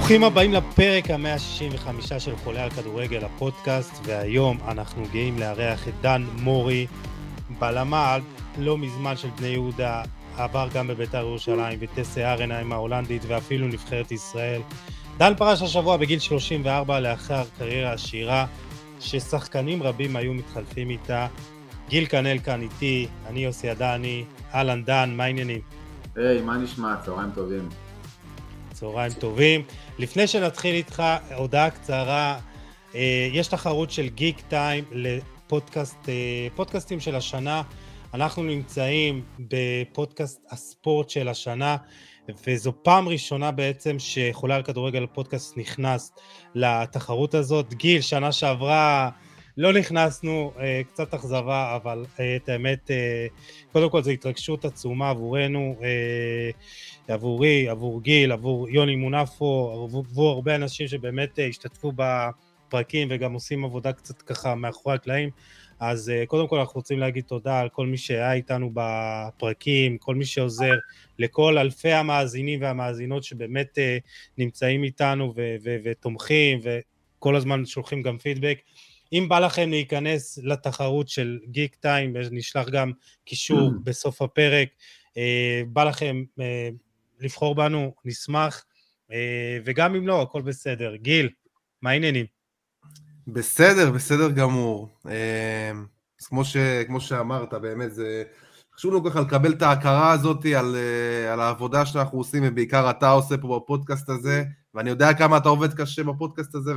ברוכים הבאים לפרק ה-165 של חולה על כדורגל, הפודקאסט, והיום אנחנו גאים לארח את דן מורי, בלמה לא מזמן של בני יהודה, עבר גם בבית"ר ירושלים וטסה ארנה עם ההולנדית ואפילו נבחרת ישראל. דן פרש השבוע בגיל 34 לאחר קריירה עשירה ששחקנים רבים היו מתחלפים איתה. גיל קנל כאן איתי, אני יוסי עדני, אהלן דן, מה העניינים? היי, מה נשמע? צהריים טובים. צהריים טובים. לפני שנתחיל איתך, הודעה קצרה, יש תחרות של גיק טיים לפודקאסטים של השנה. אנחנו נמצאים בפודקאסט הספורט של השנה, וזו פעם ראשונה בעצם שחולה על כדורגל הפודקאסט נכנס לתחרות הזאת. גיל, שנה שעברה לא נכנסנו, קצת אכזבה, אבל את האמת, קודם כל זו התרגשות עצומה עבורנו, עבורי, עבור גיל, עבור יוני מונפו, עבור הרבה אנשים שבאמת השתתפו בפרקים וגם עושים עבודה קצת ככה מאחורי הקלעים. אז קודם כל אנחנו רוצים להגיד תודה על כל מי שהיה איתנו בפרקים, כל מי שעוזר, לכל אלפי המאזינים והמאזינות שבאמת נמצאים איתנו ותומכים וכל הזמן שולחים גם פידבק. אם בא לכם להיכנס לתחרות של גיק טיים, נשלח גם קישור בסוף הפרק, בא לכם לבחור בנו, נשמח, וגם אם לא, הכל בסדר. גיל, מה העניינים? בסדר גמור. אז כמו שאמרת, באמת זה חשוב לנו ככה לקבל את ההכרה הזאת על העבודה שאנחנו עושים, ובעיקר אתה עושה פה בפודקאסט הזה, ואני יודע כמה אתה עובד קשה בפודקאסט הזה,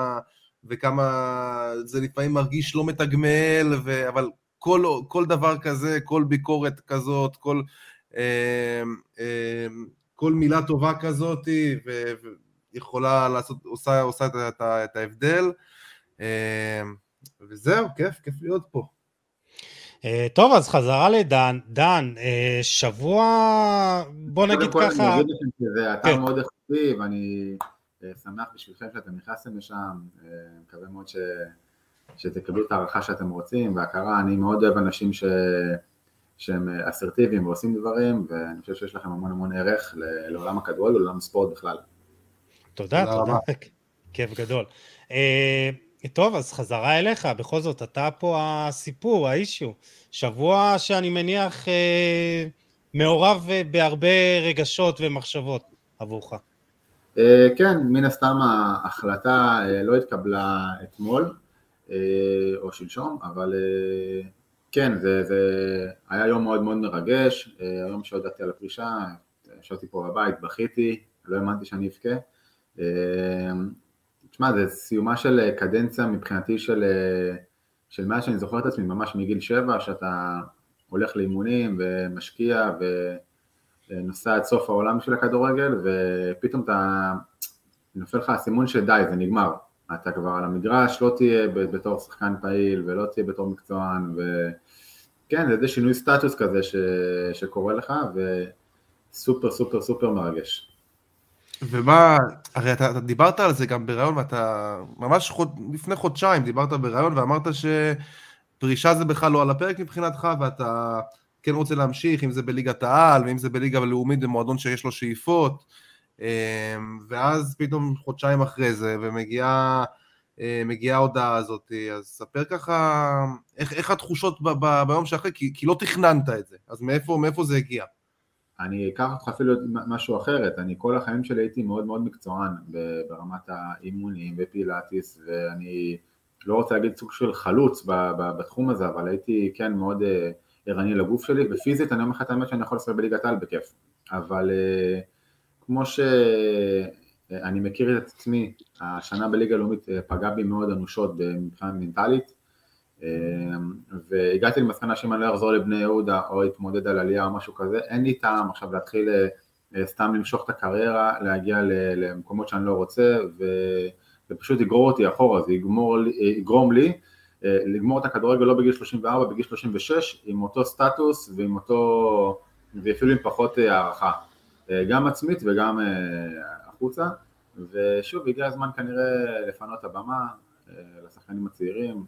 וכמה זה לפעמים מרגיש לא מתגמל, אבל כל דבר כזה, כל ביקורת כזאת, כל מילה טובה כזאת, ויכולה לעשות, עושה את ההבדל, וזהו, כיף להיות פה. טוב, אז חזרה לדן. דן, שבוע, בוא נגיד ככה. זה אתר מאוד איכותי, ואני שמח בשבילכם שאתם נכנסתם לשם, מקווה מאוד שתקבלו את הערכה שאתם רוצים, והכרה, אני מאוד אוהב אנשים שהם אסרטיביים ועושים דברים, ואני חושב שיש לכם המון ערך לעולם הכדורגל, לעולם הספורט בכלל. תודה. כיף גדול. טוב, אז חזרה אליך, בכל זאת, אתה פה הסיפור, האישיו, שבוע שאני מניח מעורב בהרבה רגשות ומחשבות עבורך. כן, מן הסתם ההחלטה לא התקבלה אתמול או שלשום, אבל כן, זה היה יום מאוד מרגש, היום שהודעתי על הפרישה, ישבתי פה בבית, בכיתי, לא האמנתי שאני אבכה. תשמע, זה סיומה של קדנציה מבחינתי של מה שאני זוכר את עצמי, ממש מגיל 7, שאתה הולך לאימונים ומשקיע ונוסע עד סוף העולם של הכדורגל, ופתאום אתה נופל לך הסימון שדי, זה נגמר. אתה כבר על המגרש, לא תהיה בתור שחקן פעיל ולא תהיה בתור מקצוען, וכן, זה שינוי סטטוס כזה שקורה לך, וסופר מרגש. ומה, הרי אתה דיברת על זה גם ברעיון, ואתה ממש לפני חודשיים דיברת ברעיון ואמרת שפרישה זה בכלל לא על הפרק מבחינתך, ואתה כן רוצה להמשיך, אם זה בליגת העל, ואם זה בליגה הלאומית במועדון שיש לו שאיפות, ואז פתאום חודשיים אחרי זה, ומגיעה ההודעה הזאת, אז ספר ככה, איך התחושות ביום שאחרי, כי לא תכננת את זה, אז מאיפה זה הגיע? אני אקח אותך אפילו משהו אחרת, אני כל החיים שלי הייתי מאוד מקצוען ברמת האימונים ופילאטיס, ואני לא רוצה להגיד סוג של חלוץ בתחום הזה, אבל הייתי כן מאוד ערני לגוף שלי, ופיזית אני אומר לך את האמת שאני יכול לשחק בליגת העל בכיף, אבל כמו שאני מכיר את עצמי, השנה בליגה הלאומית פגעה בי מאוד אנושות מבחינה מנטלית, והגעתי למסקנה שאם אני לא אחזור לבני יהודה או התמודד על עלייה או משהו כזה, אין לי טעם עכשיו להתחיל סתם למשוך את הקריירה, להגיע למקומות שאני לא רוצה, ופשוט יגרור אותי אחורה, זה יגרום לי לגמור את הכדורגל לא בגיל 34, בגיל 36, עם אותו סטטוס ועם אותו, ואפילו עם פחות הערכה, גם עצמית וגם החוצה, ושוב הגיע הזמן כנראה לפנות את הבמה לשחקנים הצעירים,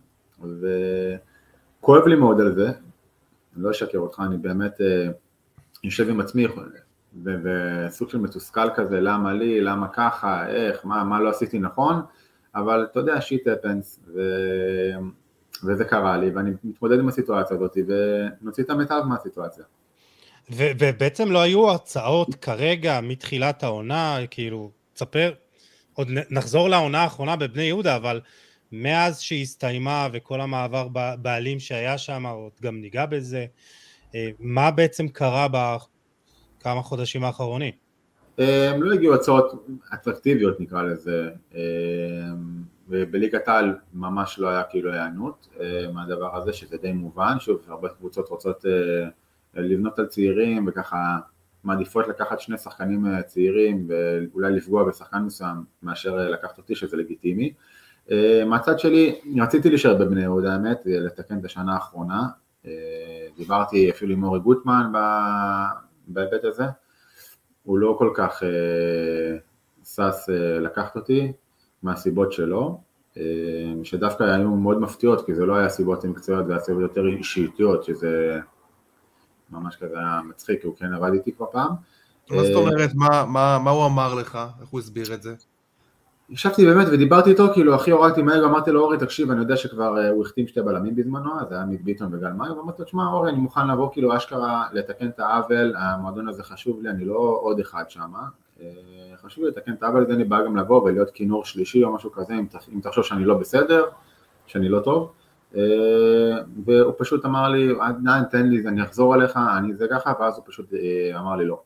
וכואב לי מאוד על זה, אני לא אשקר אותך, אני באמת יושב עם עצמי, וסוג של מתוסכל כזה, למה לי, למה ככה, איך, מה לא עשיתי נכון, אבל אתה יודע, שיט הפנס, וזה קרה לי, ואני מתמודד עם הסיטואציה הזאת, ונוציא את המיטב מהסיטואציה. ובעצם לא היו הרצאות כרגע, מתחילת העונה, כאילו, תספר, עוד נחזור לעונה האחרונה בבני יהודה, אבל מאז שהיא הסתיימה וכל המעבר בעלים שהיה שם, עוד גם ניגע בזה, מה בעצם קרה בכמה חודשים האחרונים? לא הגיעו הצעות אטרקטיביות נקרא לזה, ובליגת העל ממש לא היה כאילו הענות מהדבר הזה, שזה די מובן, שוב, הרבה קבוצות רוצות לבנות על צעירים, וככה מעדיפות לקחת שני שחקנים צעירים, ואולי לפגוע בשחקן מסוים, מאשר לקחת אותי, שזה לגיטימי. מהצד שלי, רציתי להישאר בבני יהודה, האמת, לתקן את השנה האחרונה, דיברתי אפילו עם אורי גוטמן בהיבט הזה, הוא לא כל כך סס לקחת אותי מהסיבות שלו, שדווקא היו מאוד מפתיעות, כי זה לא היה סיבות מקצועיות, זה היה סיבות יותר אישיותיות, שזה ממש כזה מצחיק, כי הוא כן עבד איתי כבר פעם. מה זאת אומרת, מה הוא אמר לך? איך הוא הסביר את זה? ישבתי באמת ודיברתי איתו, כאילו הכי הורדתי מהר, ואמרתי לו, אורי, תקשיב, אני יודע שכבר הוא החתים שתי בלמים בזמנו, אז היה עמית ביטון וגל מאיר, ואמרתי לו, תשמע, אורי, אני מוכן לעבור כאילו אשכרה לתקן את העוול, המועדון הזה חשוב לי, אני לא עוד אחד שם, חשוב לי לתקן את העוול הזה, אני בא גם לבוא ולהיות כינור שלישי או משהו כזה, אם תחשוב שאני לא בסדר, שאני לא טוב, והוא פשוט אמר לי, תן לי, אני אחזור עליך, אני זה ככה, ואז הוא פשוט אמר לי לא.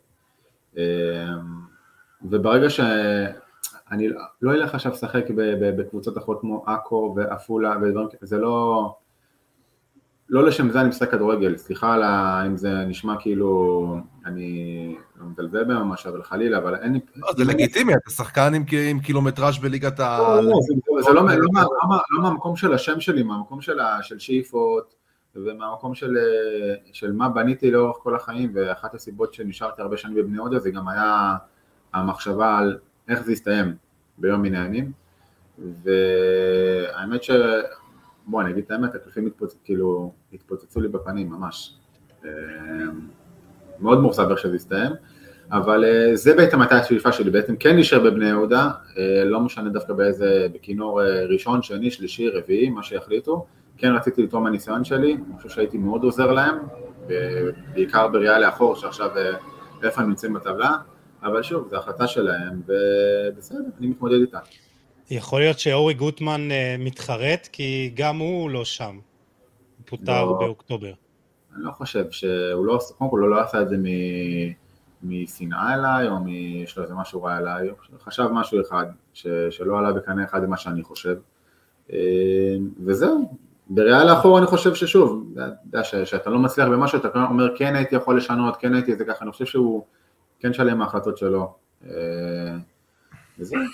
וברגע אני לא אלך עכשיו לשחק בקבוצות אחרות כמו אקו ואפולה ודברים, זה לא לשם זה אני משחק כדורגל, סליחה אם זה נשמע כאילו אני לא מדלבל בהם או משהו, אבל חלילה, אבל אין לי... זה לגיטימי, אתה שחקן עם קילומטראז' בליגת ה... זה לא מהמקום של השם שלי, מהמקום של שאיפות, ומהמקום של מה בניתי לאורך כל החיים, ואחת הסיבות שנשארתי הרבה שנים בבני יהודה, זה גם היה המחשבה על איך זה יסתיים ביום מן הימים, והאמת בוא אני אגיד את האמת, הקלפים התפוצצו לי בפנים ממש, מאוד מורסב איך שזה יסתיים, אבל זה בעצם הייתה השאיפה שלי, בעצם כן נשאר בבני יהודה, לא משנה דווקא בכינור ראשון, שני, שלישי, רביעי, מה שיחליטו, כן רציתי לתרום מהניסיון שלי, אני חושב שהייתי מאוד עוזר להם, בעיקר בראייה לאחור, שעכשיו איפה הם נמצאים בטבלה, אבל שוב, זו החלטה שלהם, ובסדר, אני מתמודד איתה. יכול להיות שאורי גוטמן מתחרט, כי גם הוא לא שם, הוא פוטר באוקטובר. אני לא חושב שהוא לא, קודם כל הוא לא עשה את זה משנאה אליי, או יש לו איזה משהו רע אליי, חשב משהו אחד, שלא עלה בקנה אחד עם מה שאני חושב, וזהו, בראייה לאחור אני חושב ששוב, שאתה לא מצליח במשהו, אתה אומר כן הייתי יכול לשנות, כן הייתי זה ככה, אני חושב שהוא כן שלם מההחלטות שלו, וזהו.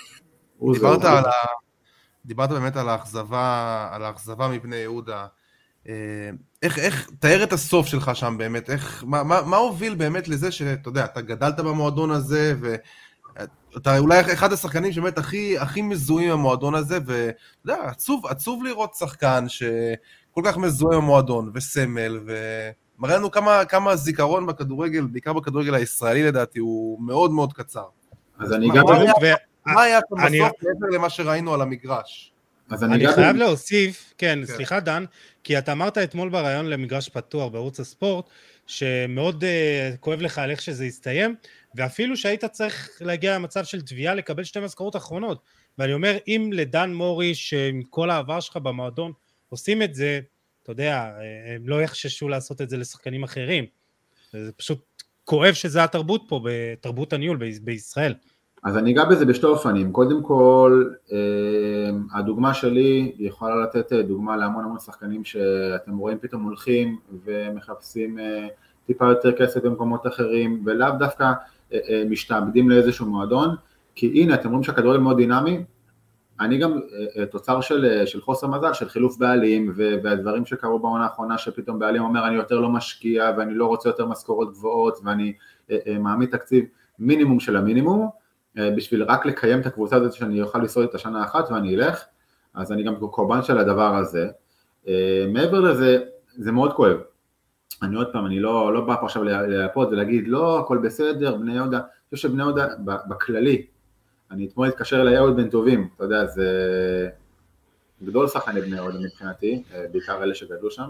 דיברת באמת על האכזבה מבני יהודה, איך, תאר את הסוף שלך שם באמת, מה הוביל באמת לזה שאתה יודע, אתה גדלת במועדון הזה, ואתה אולי אחד השחקנים שבאמת הכי מזוהים במועדון הזה, ואתה יודע, עצוב לראות שחקן שכל כך מזוהה במועדון, וסמל, ומראה לנו כמה זיכרון בכדורגל, בעיקר בכדורגל הישראלי לדעתי, הוא מאוד מאוד קצר. אז אני גם... מה היה שם בסוף מעבר למה שראינו על המגרש? אני חייב להוסיף, כן, סליחה דן, כי אתה אמרת אתמול ברעיון למגרש פתוח בערוץ הספורט, שמאוד כואב לך על איך שזה יסתיים, ואפילו שהיית צריך להגיע למצב של תביעה לקבל 2 משכורות אחרונות, ואני אומר, אם לדן מורי, שעם כל העבר שלך במועדון, עושים את זה, אתה יודע, הם לא יחששו לעשות את זה לשחקנים אחרים, זה פשוט כואב שזה התרבות פה, בתרבות הניהול בישראל. אז אני אגע בזה בשתי אופנים, קודם כל, הדוגמה שלי יכולה לתת דוגמה להמון שחקנים שאתם רואים פתאום הולכים ומחפשים טיפה יותר כסף במקומות אחרים, ולאו דווקא משתעבדים לאיזשהו מועדון, כי הנה, אתם רואים שהכדורגל מאוד דינמי, אני גם תוצר של חוסר מזל, של חילוף בעלים, והדברים שקרו בעונה האחרונה, שפתאום בעלים אומר, אני יותר לא משקיע, ואני לא רוצה יותר משכורות גבוהות, ואני מעמיד תקציב מינימום של המינימום, בשביל רק לקיים את הקבוצה הזאת שאני אוכל לשרוד את השנה אחת ואני אלך, אז אני גם קורבן של הדבר הזה. מעבר לזה, זה מאוד כואב. אני עוד פעם, אני לא בא פה עכשיו להפות ולהגיד, לא, הכל בסדר, בני יהודה, אני חושב שבני יהודה בכללי, אני אתמול אתקשר ליהוד בן טובים, אתה יודע, זה גדול שחקני בני יהודה מבחינתי, בעיקר אלה שגדלו שם,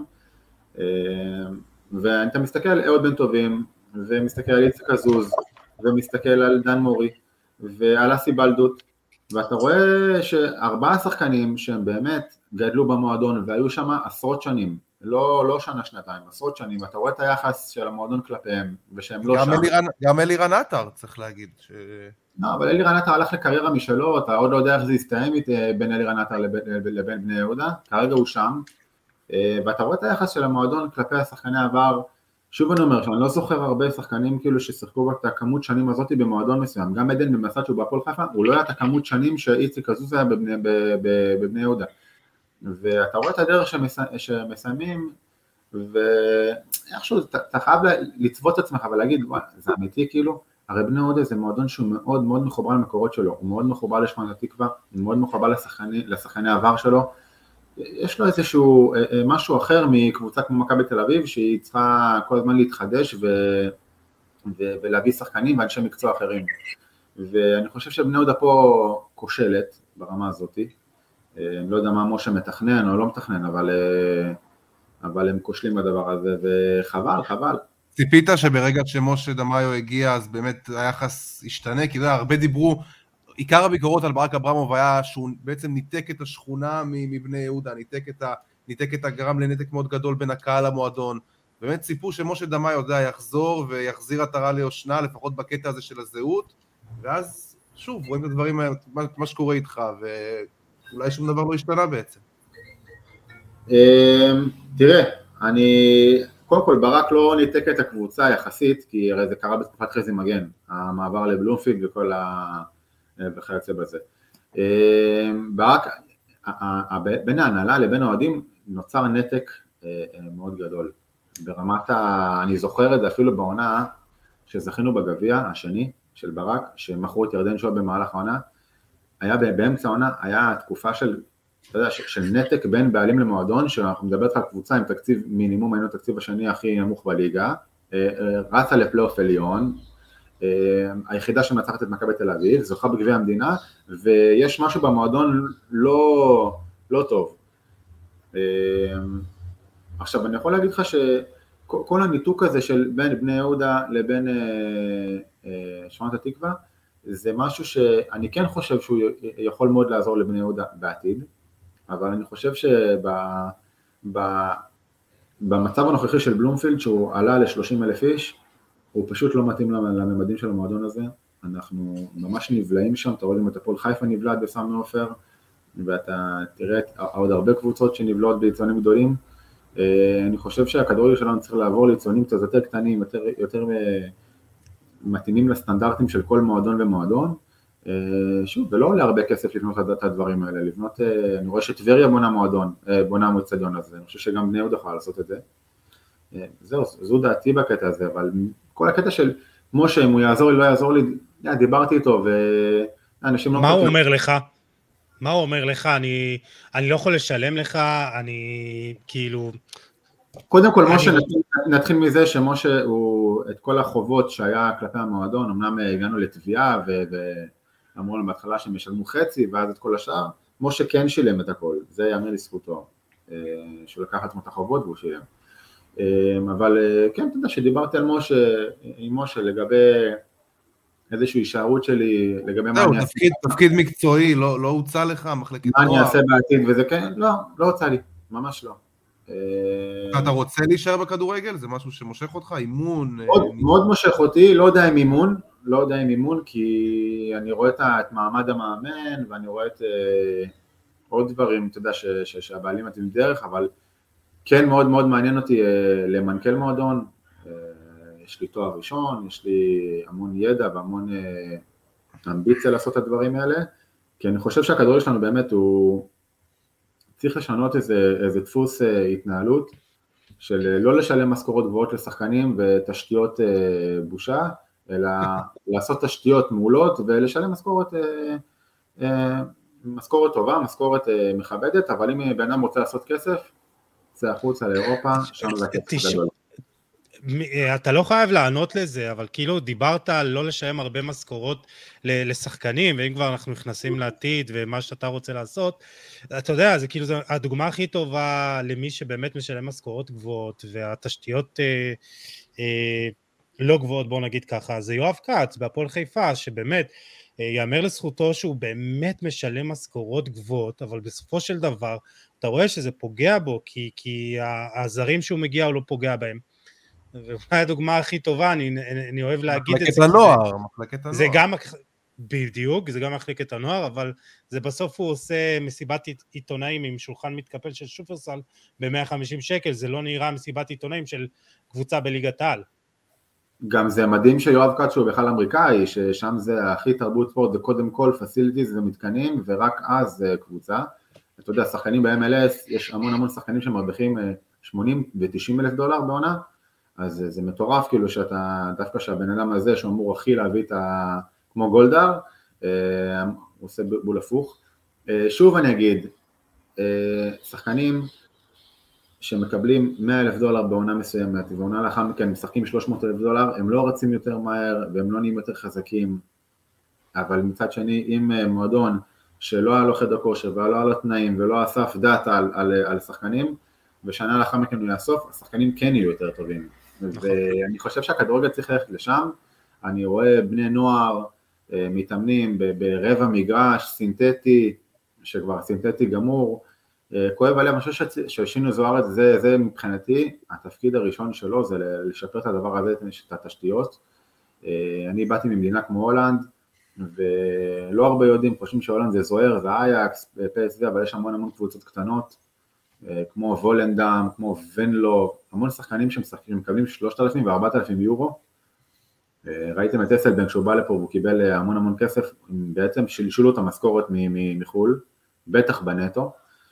ואתה מסתכל על יהוד בן טובים, ומסתכל על איציק עזוז, ומסתכל על דן מורי, ועל אסי בלדות, ואתה רואה שארבעה שחקנים שהם באמת גדלו במועדון, והיו שם עשרות שנים, לא שנה, שנתיים, עשרות שנים, ואתה רואה את היחס של המועדון כלפיהם, ושהם לא שם. גם אלירן עטר, צריך להגיד. לא, אבל אלירן עטר הלך לקריירה משלו, אתה עוד לא יודע איך זה יסתיים בין אלירן עטר לבין בני יהודה, כרגע הוא שם, ואתה רואה את היחס של המועדון כלפי השחקני העבר, שוב אני אומר, שאני לא זוכר הרבה שחקנים כאילו ששיחקו את הכמות שנים הזאת במועדון מסוים, גם עדן במסד שהוא בהפועל חיפה, הוא לא היה את הכמות שנים שאיציק עזוז היה בבני יהודה, ואתה רואה את הדרך שמסיימים, ואיכשהו אתה חייב לצוות את עצמך ולהגיד, זה אמיתי כאילו, הרי בני יהודה זה מועדון שהוא מאוד מאוד מחובר למקורות שלו, הוא מאוד מחובר לשכונת התקווה, הוא מאוד מחובר לשחקני העבר שלו, יש לו איזשהו משהו אחר מקבוצה כמו מכבי תל אביב, שהיא צריכה כל הזמן להתחדש ולהביא שחקנים ואנשי מקצוע אחרים. ואני חושב שבני יהודה פה כושלת ברמה הזאת. אני לא יודע מה משה מתכנן או לא מתכנן, אבל הם כושלים בדבר הזה, וחבל, חבל. ציפית שברגע שמשה דמאיו הגיע, אז באמת היחס השתנה, כי הרבה דיברו, עיקר הביקורות על ברק אברמוב היה שהוא בעצם ניתק את השכונה מבני יהודה, ניתק את הגרם לנתק מאוד גדול בין הקהל למועדון, באמת ציפו שמשה דמאיו יחזור ויחזיר עטרה ליושנה, לפחות בקטע הזה של הזהות, ואז שוב רואים את הדברים, מה שקורה איתך, ואולי שום דבר לא השתנה בעצם. תראה, קודם כל ברק לא ניתק את הקבוצה יחסית, כי הרי זה קרה בתקופת חזי מגן, המעבר לבלומפילד וכל וכיוצא בזה. ברק, בין ההנהלה לבין האוהדים נוצר נתק מאוד גדול. ברמת אני זוכר את זה אפילו בעונה שזכינו בגביע השני של ברק, שמכרו את ירדן שואה במהלך העונה, היה באמצע העונה, היה תקופה של, אתה יודע, של נתק בין בעלים למועדון, שאנחנו מדבר על קבוצה עם תקציב מינימום, היינו תקציב השני הכי נמוך בליגה, רצה לפלייאוף עליון, היחידה שמנצחת את מכבי תל אביב, זוכה בגביע המדינה, ויש משהו במועדון לא טוב. עכשיו אני יכול להגיד לך שכל הניתוק הזה של בין בני יהודה לבין שכונת התקווה, זה משהו שאני כן חושב שהוא יכול מאוד לעזור לבני יהודה בעתיד, אבל אני חושב שבמצב הנוכחי של בלומפילד, שהוא עלה ל-30,000 איש, הוא פשוט לא מתאים לממדים של המועדון הזה, אנחנו ממש נבלעים שם, אתה רואה אם את הפועל חיפה נבלעת בסמי עופר, ואתה תראה עוד הרבה קבוצות שנבלעות ביצואנים גדולים, אני חושב שהכדורגל שלנו צריך לעבור ליצואנים קצת יותר קטנים, יותר מתאימים לסטנדרטים של כל מועדון ומועדון, שוב, ולא עולה הרבה כסף לבנות את הדברים האלה, לבנות, אני רואה שטבריה בונה מועצדיון הזה, אני חושב שגם בני יהודה יכולה לעשות את זה, זו דעתי בקטע הזה, אבל כל הקטע של משה, אם הוא יעזור לי, לא יעזור לי, דיברתי איתו, ואנשים לא... מה הוא אומר לך? מה הוא אומר לך? אני לא יכול לשלם לך, אני כאילו... קודם כל, משה, נתחיל מזה שמשה הוא, את כל החובות שהיה כלפי המועדון, אמנם הגענו לתביעה, ואמרו לנו בהתחלה שהם ישלמו חצי, ואז את כל השאר, משה כן שילם את הכל, זה יאמר לזכותו, שהוא לקח את את החובות והוא שילם. אבל כן, אתה יודע שדיברתי על עם משה לגבי איזושהי הישארות שלי, לגבי מה אני אעשה. תפקיד מקצועי, לא הוצא לך, מחלקת נוער. מה אני אעשה בעתיד וזה כן, לא הוצא לי, ממש לא. אתה רוצה להישאר בכדורגל? זה משהו שמושך אותך? אימון? מאוד מושך אותי, לא יודע עם אימון, כי אני רואה את מעמד המאמן, ואני רואה את עוד דברים, אתה יודע, שהבעלים מתאים דרך, אבל כן מאוד מאוד מעניין אותי למנכ"ל מועדון, יש לי תואר ראשון, יש לי המון ידע והמון אמביציה לעשות את הדברים האלה, כי אני חושב שהכדורגל שלנו באמת הוא צריך לשנות איזה דפוס התנהלות, של לא לשלם משכורות גבוהות לשחקנים ותשתיות בושה, אלא לעשות תשתיות מעולות ולשלם משכורת טובה, משכורת מכבדת, אבל אם בן אדם רוצה לעשות כסף, זה החוצה לאירופה, שם זה הכסף גדול. אתה לא חייב לענות לזה, אבל כאילו דיברת על לא לשלם הרבה משכורות לשחקנים, ואם כבר אנחנו נכנסים לעתיד ומה שאתה רוצה לעשות, אתה יודע, זה כאילו הדוגמה הכי טובה למי שבאמת משלם משכורות גבוהות, והתשתיות לא גבוהות, בוא נגיד ככה, זה יואב כץ בהפועל חיפה, שבאמת יאמר לזכותו שהוא באמת משלם משכורות גבוהות, אבל בסופו של דבר אתה רואה שזה פוגע בו, כי הזרים שהוא מגיע הוא לא פוגע בהם. ואולי הדוגמה הכי טובה, אני אוהב להגיד את זה. מחלקת הנוער. זה גם, בדיוק, זה גם מחלקת הנוער, אבל זה בסוף הוא עושה מסיבת עיתונאים עם שולחן מתקפל של שופרסל ב-150 שקל, זה לא נראה מסיבת עיתונאים של קבוצה בליגת העל. גם זה מדהים שיואב כץ שהוא בכלל אמריקאי, ששם זה הכי תרבות ספורט, זה קודם כל פסיליטיז ומתקנים, ורק אז זה קבוצה. אתה יודע, שחקנים ב-MLS, יש המון שחקנים שמרוויחים 80 ו-90 אלף דולר בעונה, אז זה מטורף כאילו שאתה, דווקא שהבן אדם הזה שאמור הכי להביא את כמו גולדהר, הוא עושה בול הפוך. שוב אני אגיד, שחקנים שמקבלים 100 אלף דולר בעונה מסוימת, ועונה לאחר מכן משחקים 300 אלף דולר, הם לא רצים יותר מהר, והם לא נהיים יותר חזקים, אבל מצד שני, אם מועדון שלא היה לו חדר כושר, ולא היה לו תנאים, ולא אסף דאטה על שחקנים, ושנה לאחר מכן הוא יאסוף, השחקנים כן יהיו יותר טובים. ואני חושב שהכדורגל צריך ללכת לשם, אני רואה בני נוער מתאמנים ברבע מגרש, סינתטי, שכבר סינתטי גמור, כואב עליהם. אני חושב ששינו זוארץ, זה מבחינתי, התפקיד הראשון שלו זה לשפר את הדבר הזה, את התשתיות. אני באתי ממדינה כמו הולנד, ולא הרבה יודעים, חושבים שהולנד זה זוהר, זה אייקס, PSV, אבל יש המון קבוצות קטנות, כמו וולנדם, כמו ונלו, המון שחקנים שמקבלים 3,000 ו-4,000 יורו. ראיתם את אסלבנק שהוא בא לפה והוא קיבל המון כסף, בעצם שלשלו את המשכורת מחול, בטח בנטו,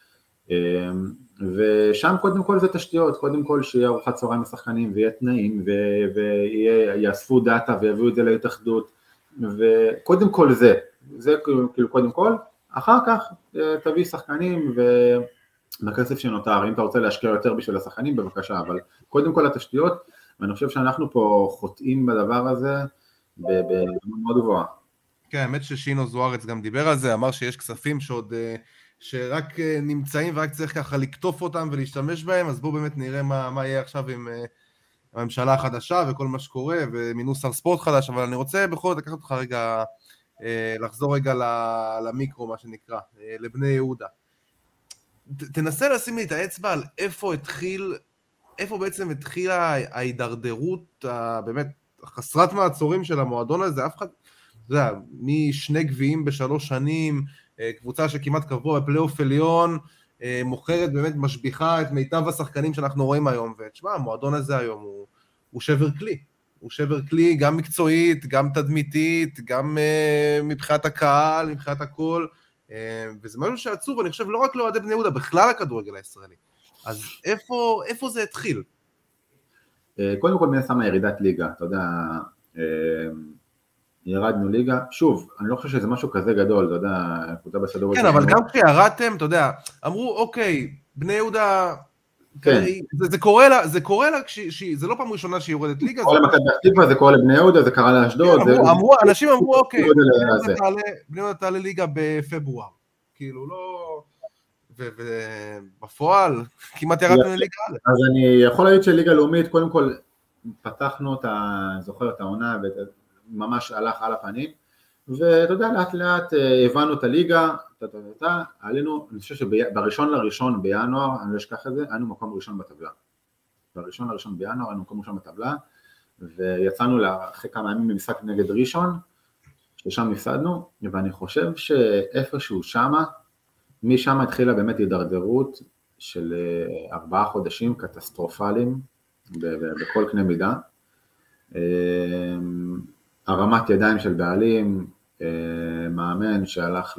ושם קודם כל זה תשתיות, קודם כל שיהיה ארוחת צהריים לשחקנים ויהיה תנאים ויאספו דאטה ויביאו את זה להתאחדות, וקודם כל זה כאילו קודם כל, אחר כך תביא שחקנים ובכסף שנותר, אם אתה רוצה להשקיע יותר בשביל השחקנים בבקשה, אבל קודם כל התשתיות, ואני חושב שאנחנו פה חוטאים בדבר הזה מאוד גבוהה. כן, האמת ששינו זוארץ גם דיבר על זה, אמר שיש כספים שרק נמצאים ורק צריך ככה לקטוף אותם ולהשתמש בהם, אז בואו באמת נראה מה יהיה עכשיו עם הממשלה החדשה וכל מה שקורה, ומינוס שר ספורט חדש, אבל אני רוצה בכל זאת לקחת אותך רגע, לחזור רגע למיקרו, מה שנקרא, לבני יהודה. תנסה לשים לי את האצבע על איפה בעצם התחילה ההידרדרות, באמת חסרת מעצורים של המועדון הזה, אף אחד, אתה יודע, משני גביעים ב3 שנים, קבוצה שכמעט קבוע בפלייאוף עליון, מוכרת באמת משביחה את מיטב השחקנים שאנחנו רואים היום, ותשמע, המועדון הזה היום הוא שבר כלי, הוא שבר כלי גם מקצועית, גם תדמיתית, גם מבחינת הקהל, מבחינת הכל, וזה משהו שעצוב, אני חושב לא רק לאוהדי בני יהודה, בכלל הכדורגל הישראלי. אז איפה זה התחיל? קודם כל מן הסתם הירידת ליגה, אתה יודע, ירדנו ליגה, שוב, אני לא חושב שזה משהו כזה גדול, אתה יודע, קבוצה בסדר. כן, אבל גם כשירדתם, אתה יודע, אמרו, אוקיי, בני יהודה, זה קורה לה, זה לא פעם ראשונה שהיא יורדת ליגה. קורה למכבי פתח תקווה, זה קורה לבני יהודה, זה קרה לאשדוד. אנשים אמרו, אוקיי, בני יהודה תעלה ליגה בפברואר, כאילו לא... ובפועל, כמעט ירדנו לליגה א'. אז אני יכול להגיד שליגה לאומית, קודם כל, פתחנו את זוכר את העונה, וממש הלך על הפנים, ואתה יודע, לאט לאט הבנו את הליגה, עלינו, אני חושב שבראשון בינואר, אני לא אשכח את זה, היינו מקום ראשון בטבלה. בראשון בינואר, היינו מקום ראשון בטבלה, ויצאנו אחרי כמה ימים במשחק נגד ראשון, ששם נפסדנו, ואני חושב שאיפשהו שמה, משם התחילה באמת הידרדרות של 4 חודשים קטסטרופליים בכל קנה מידה. הרמת ידיים של בעלים, מאמן שהלך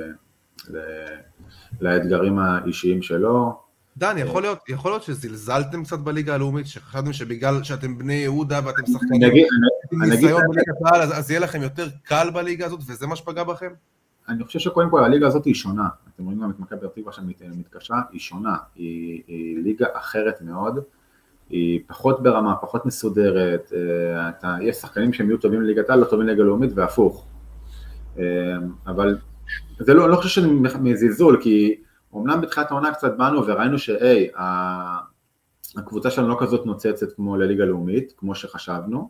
לאתגרים האישיים שלו. דן, יכול להיות שזלזלתם קצת בליגה הלאומית, שחשבתם שבגלל שאתם בני יהודה ואתם שחקנים ניסיון בליגת העל, אז יהיה לכם יותר קל בליגה הזאת, וזה מה שפגע בכם? אני חושב שקודם כל הליגה הזאת היא שונה, אתם רואים גם את מכבי פתח תקווה שמתקשה, היא שונה, היא ליגה אחרת מאוד, היא פחות ברמה, פחות מסודרת, יש שחקנים שהם יהיו טובים לליגת העל, לא טובים לליגה לאומית והפוך. אבל זה לא חושב שאני מזלזול, כי אמנם בתחילת העונה קצת באנו וראינו הקבוצה שלנו לא כזאת נוצצת כמו לליגה לאומית, כמו שחשבנו,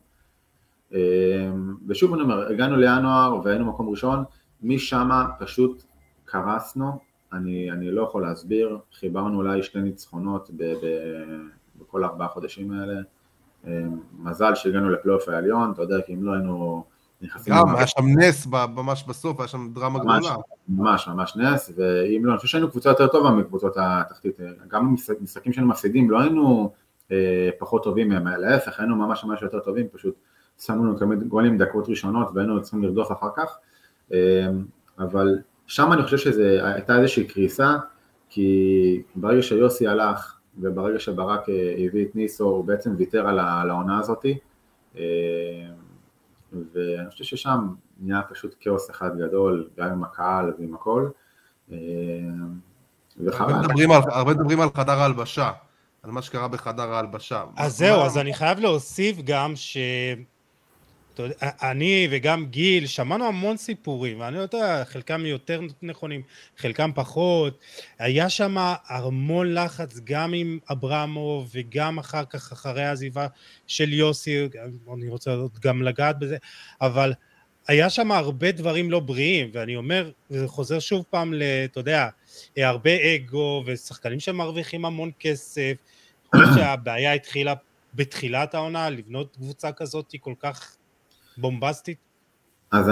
ושוב אני אומר, הגענו לינואר והיינו מקום ראשון, משם פשוט קרסנו, אני לא יכול להסביר, חיברנו אולי 2 ניצחונות בכל 4 חודשים האלה, מזל שהגענו לפלייאוף העליון, אתה יודע, כי אם לא היינו נכנסים... גם, היה שם נס ממש בסוף, היה שם דרמה גדולה. ממש נס, ואם לא, אני חושב שהיינו קבוצה יותר טובה מקבוצות התחתית, גם משחקים שהיינו מפסידים, לא היינו פחות טובים מהם, להפך, היינו ממש יותר טובים, פשוט שמנו לנו כמה גולים דקות ראשונות, והיינו צריכים לרדוף אחר כך, אבל שם אני חושב שהייתה איזושהי קריסה, כי ברגע שיוסי הלך, וברגע שברק הביא את ניסו, הוא בעצם ויתר על העונה הזאת, ואני חושב ששם נהיה פשוט כאוס אחד גדול, גם עם הקהל ועם הכל. הרבה מדברים על חדר ההלבשה, על מה שקרה בחדר ההלבשה. אז זהו, אז אני חייב להוסיף גם אני וגם גיל שמענו המון סיפורים, ואני יודע, חלקם יותר נכונים, חלקם פחות, היה שם המון לחץ גם עם אברמוב וגם אחר כך אחרי העזיבה של יוסי, אני רוצה גם לגעת בזה, אבל היה שם הרבה דברים לא בריאים, ואני אומר, זה חוזר שוב פעם אתה יודע, הרבה אגו ושחקנים שמרוויחים המון כסף, אני חושב שהבעיה התחילה בתחילת העונה, לבנות קבוצה כזאת כל כך בומבסטית? אז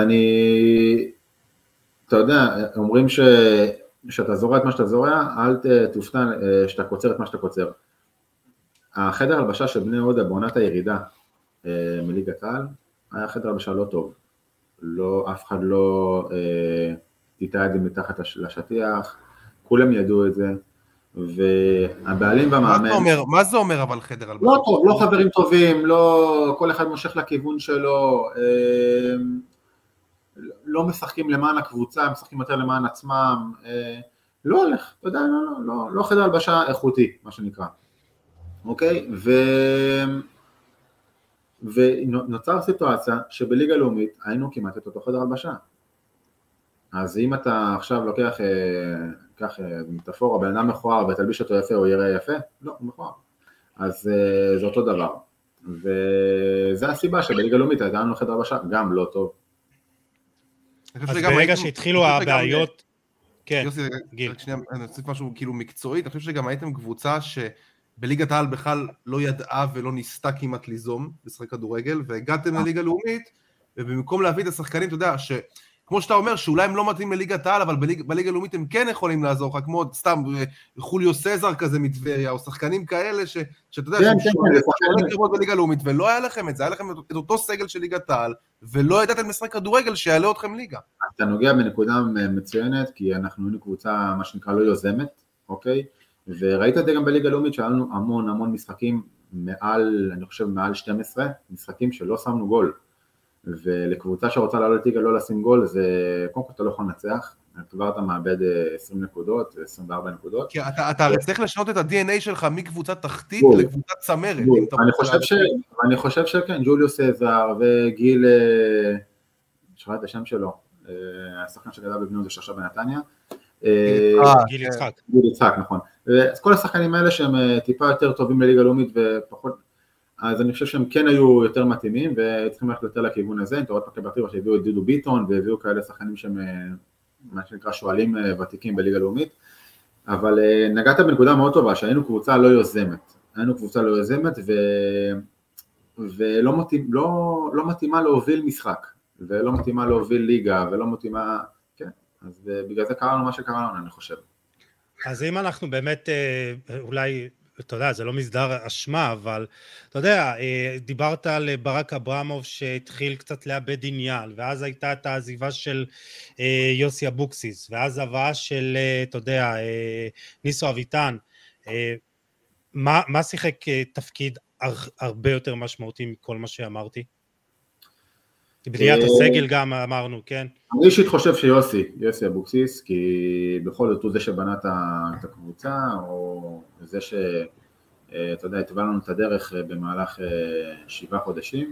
אתה יודע, אומרים שאתה זורע את מה שאתה זורע, אל תופתע שאתה קוצר את מה שאתה קוצר. החדר הלבשה של בני יהודה בעונת הירידה מליגת העל, היה חדר הלבשה לא טוב. אף אחד לא תיטה את זה מתחת לשטיח, כולם ידעו את זה, והבעלים במאמן... מה זה אומר אבל חדר הלבשה? לא טוב, לא חברים טובים, לא כל אחד מושך לכיוון שלו, לא משחקים למען הקבוצה, משחקים יותר למען עצמם, לא הולך, אתה יודע, לא חדר הלבשה איכותי, מה שנקרא, אוקיי? ונוצר סיטואציה שבליגה לאומית היינו כמעט את אותו חדר הלבשה. אז אם אתה עכשיו לוקח, כך מטאפורה, בן אדם מכוער ותלביש אותו יפה או יראה יפה, לא, הוא מכוער. אז זה אותו דבר. וזה הסיבה שבליגה לאומית הייתה לנו חדר הלבשה, גם לא טוב. אז ברגע שהתחילו הבעיות, כן, גיל. אני אוסיף משהו כאילו מקצועית, אני חושב שגם הייתם קבוצה שבליגת העל בכלל לא ידעה ולא ניסתה כמעט ליזום לשחק כדורגל, והגעתם לליגה לאומית, ובמקום להביא את השחקנים, אתה יודע, כמו שאתה אומר, שאולי הם לא מתאים לליגת העל, אבל בליגה לאומית הם כן יכולים לעזור לך, כמו סתם חוליו סזר כזה מטבריה, או שחקנים כאלה שאתה יודע, שהם שואלים לראות בליגה לאומית, ולא היה לכם את זה, היה לכם את אותו סגל של ליגת העל, ולא ידעתם לשחק כדורגל שיעלה אתכם ליגה. אתה נוגע בנקודה מצוינת, כי אנחנו היינו קבוצה, מה שנקרא, לא יוזמת, אוקיי? וראית את זה גם בליגה לאומית, שהיה לנו המון משחקים מעל, אני חושב, מעל 12 משחקים שלא שמנו גול. ולקבוצה שרוצה לעלות ליגה לא לשים גול, זה קודם כל אתה לא יכול לנצח, כבר אתה מאבד 20 נקודות, 24 נקודות. כי אתה צריך לשנות את ה-DNA שלך מקבוצת תחתית לקבוצת צמרת. אני חושב שכן, ג'וליו סזר וגיל, שראה את השם שלו, השחקן שגדל בבני יהודה שעכשיו בנתניה. גיל יצחק. גיל יצחק, נכון. אז כל השחקנים האלה שהם טיפה יותר טובים לליגה לאומית ופחות... אז אני חושב שהם כן היו יותר מתאימים, וצריכים ללכת יותר לכיוון הזה, אתה רואה פקי בטריבה שהביאו את דודו ביטון, והביאו כאלה שחקנים שהם, מה שנקרא, שואלים ותיקים בליגה לאומית, אבל נגעת בנקודה מאוד טובה, שהיינו קבוצה לא יוזמת, ולא מתאימה להוביל משחק, ולא מתאימה להוביל ליגה, ולא מתאימה, כן, אז בגלל זה קרה לנו מה שקרה לנו, אני חושב. אז אם אנחנו באמת, אולי, אתה יודע, זה לא מסדר אשמה, אבל אתה יודע, דיברת על ברק אברמוב שהתחיל קצת לאבד עניין, ואז הייתה את העזיבה של יוסי אבוקסיס, ואז הבאה של, אתה יודע, ניסו אביטן. מה שיחק תפקיד הרבה יותר משמעותי מכל מה שאמרתי? בניית הסגל גם אמרנו, כן? אני אישית חושב יוסי אבוקסיס, כי בכל זאת הוא זה שבנה את הקבוצה, או זה אתה יודע, התווה לנו את הדרך במהלך 7 חודשים,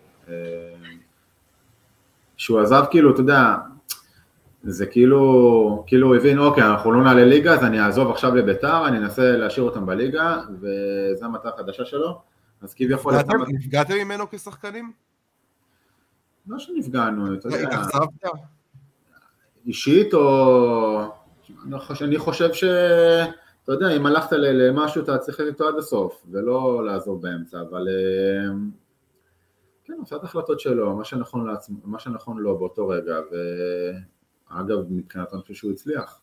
שהוא עזב כאילו, אתה יודע, זה כאילו הוא הבין, אוקיי, אנחנו לא נעלה ליגה, אז אני אעזוב עכשיו לביתר, אני אנסה להשאיר אותם בליגה, וזו המטרה החדשה שלו, אז כביכול... נפגעתם ממנו כשחקנים? לא שנפגענו, אתה יודע... התאכזבת? אישית, או... אני חושב ש... אתה יודע, אם הלכת למשהו, אתה צריך איתו עד הסוף, ולא לעזוב באמצע, אבל... כן, עושה את ההחלטות שלו, מה שנכון לו באותו רגע, ואגב, מבחינתו אני חושב שהוא הצליח.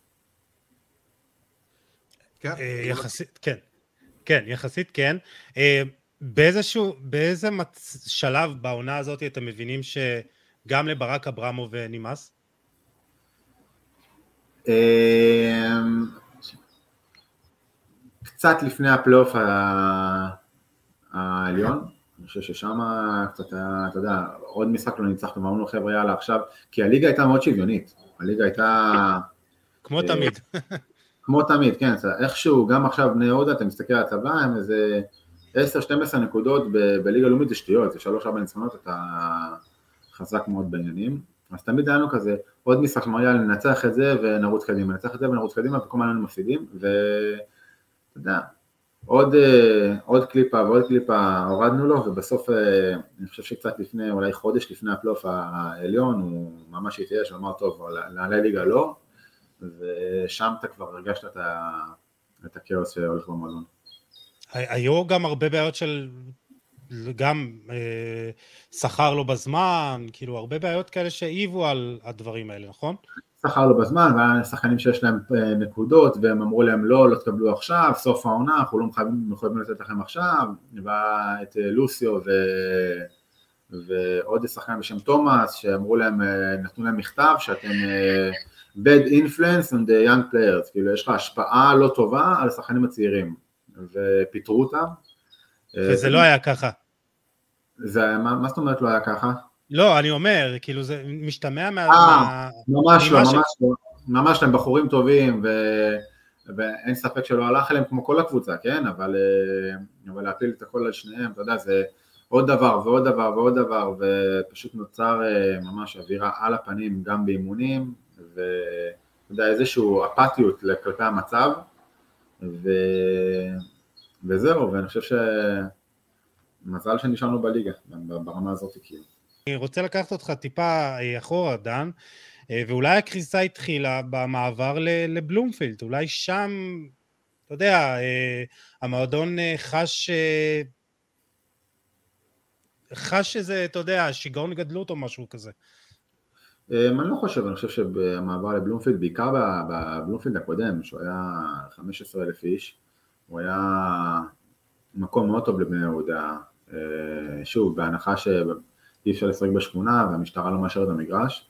יחסית, כן. כן, יחסית כן. באיזה שלב בעונה הזאת אתם מבינים שגם לברק אברמוב נמאס? קצת לפני הפלייאוף העליון, אני חושב ששם קצת, אתה יודע, עוד משחק לא ניצחנו, אמרנו חבר'ה יאללה עכשיו, כי הליגה הייתה מאוד שוויונית, הליגה הייתה... כמו תמיד. כמו תמיד, כן, איכשהו, גם עכשיו בני יהודה, אתה מסתכל על הטבלה, הם איזה 10-12 נקודות בליגה לאומית, זה שטויות, זה 3-4 ניצחונות, אתה חזק מאוד בעניינים, אז תמיד היה לנו כזה, עוד משחק שמריה לנצח את זה ונרוץ קדימה, ננצח את זה ונרוץ קדימה, וכל מה לנו מפסידים, ואתה יודע, עוד קליפה ועוד קליפה הורדנו לו, ובסוף אני חושב שקצת לפני, אולי חודש לפני הפלייאוף העליון, הוא ממש התייאש, אמר טוב, נעלה ליגה לא, ושם אתה כבר הרגשת את הכאוס שהולך במועדון. היו גם הרבה בעיות של, גם שכר לו בזמן, כאילו הרבה בעיות כאלה שהעיבו על הדברים האלה, נכון? שכר לו בזמן, והיה שחקנים שיש להם נקודות, והם אמרו להם לא תקבלו עכשיו, סוף העונה, אנחנו לא מחויבים לתת לכם עכשיו, והיה את לוסיו ועוד שחקן בשם תומאס, שאמרו להם, נתנו להם מכתב, שאתם bad influence on the young players, כאילו יש לך השפעה לא טובה על השחקנים הצעירים, ופיתרו אותם. וזה לא היה ככה. מה זאת אומרת לא היה ככה? לא, אני אומר, כאילו זה משתמע ממש לא, ממש הם בחורים טובים, ואין ספק שלא הלך אליהם כמו כל הקבוצה, כן? אבל להפיל את הכל על שניהם, אתה יודע, זה עוד דבר ועוד דבר ועוד דבר, ופשוט נוצר ממש אווירה על הפנים, גם באימונים, ואתה יודע, איזשהו אפתיות כלפי המצב, וזהו, ואני חושב שמזל שנשארנו בליגה, ברמה הזאת כאילו. אני רוצה לקחת אותך טיפה אחורה, דן, ואולי הקריסה התחילה במעבר לבלומפילד, אולי שם, אתה יודע, המועדון חש איזה, אתה יודע, שיגעון גדלות או משהו כזה. אני לא חושב, אני חושב שבמעבר לבלומפילד, בעיקר בבלומפילד הקודם, שהוא היה 15,000 איש, הוא היה מקום מאוד טוב לבני יהודה, שוב, בהנחה אי אפשר לשחק בשכונה והמשטרה לא מאשרת במגרש,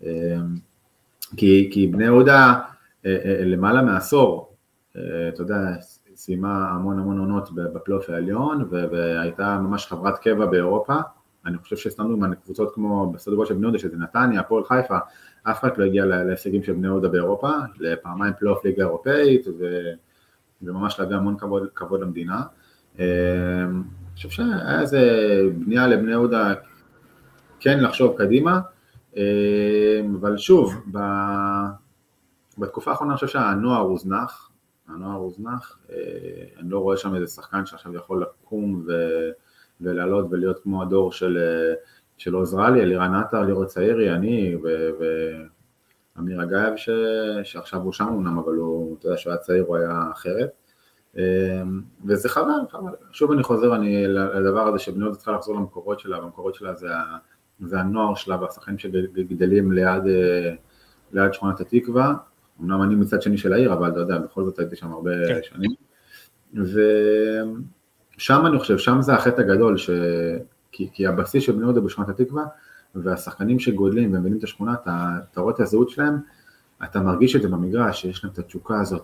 כי בני יהודה למעלה מעשור, אתה יודע, סיימה המון עונות בפלייאוף העליון, והייתה ממש חברת קבע באירופה, אני חושב שהסתמנו עם הקבוצות כמו בסדר גודל של בני יהודה, שזה נתניה, הפועל חיפה, אף אחד לא הגיע להישגים של בני יהודה באירופה, לפעמיים פלייאוף ליגה אירופאית, וממש להביא המון כבוד למדינה. אני חושב שהיה איזה בנייה לבני יהודה, כן לחשוב קדימה, אבל שוב, בתקופה האחרונה אני חושב שהנוער הוזנח, אני לא רואה שם איזה שחקן שעכשיו יכול לקום ולעלות ולהיות כמו הדור של עוזרלי, אלירן עטר, לירון צעירי, אני ואמיר אגייב שעכשיו הוא שם אומנם, אבל הוא, אתה יודע, שהוא היה צעיר, הוא היה אחרת, וזה חבל. שוב אני חוזר לדבר הזה שבני יהודה צריכה לחזור למקורות שלה, והמקורות שלה זה הנוער שלה והשחקנים שגדלים ליד שכונת התקווה, אמנם אני מצד שני של העיר, אבל אתה יודע, בכל זאת הייתי שם הרבה שנים, ושם אני חושב, שם זה החטא הגדול, כי הבסיס של בני יהודה בשכונת התקווה, והשחקנים שגודלים ומבינים את השכונה, אתה רואה את הזהות שלהם, אתה מרגיש את זה במגרש, שיש להם את התשוקה הזאת,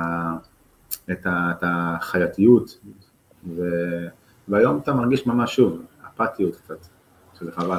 את החייתיות, והיום אתה מרגיש ממש שוב, אפתיות קצת, שזה חבל.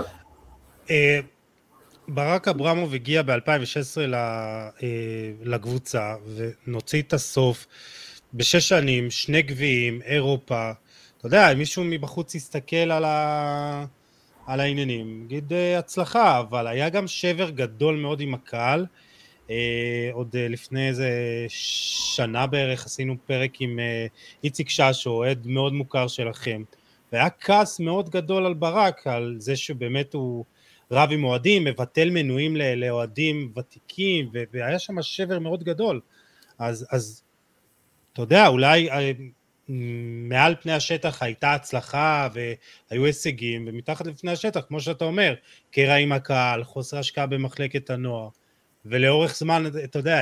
ברק אברמוב הגיע ב-2016 לקבוצה, ונוציא את הסוף, בשש שנים, 2 גביעים, אירופה, אתה יודע, אם מישהו מבחוץ יסתכל על העניינים, נגיד הצלחה, אבל היה גם שבר גדול מאוד עם הקהל, עוד לפני איזה שנה בערך עשינו פרק עם איציק ששו, אוהד מאוד מוכר שלכם, והיה כעס מאוד גדול על ברק, על זה שבאמת הוא רב עם אוהדים, מבטל מנויים לאוהדים ותיקים, והיה שם שבר מאוד גדול, אז אתה יודע, אולי מעל פני השטח הייתה הצלחה והיו הישגים, ומתחת לפני השטח, כמו שאתה אומר, קרע עם הקהל, חוסר השקעה במחלקת הנוער, ולאורך זמן, אתה יודע,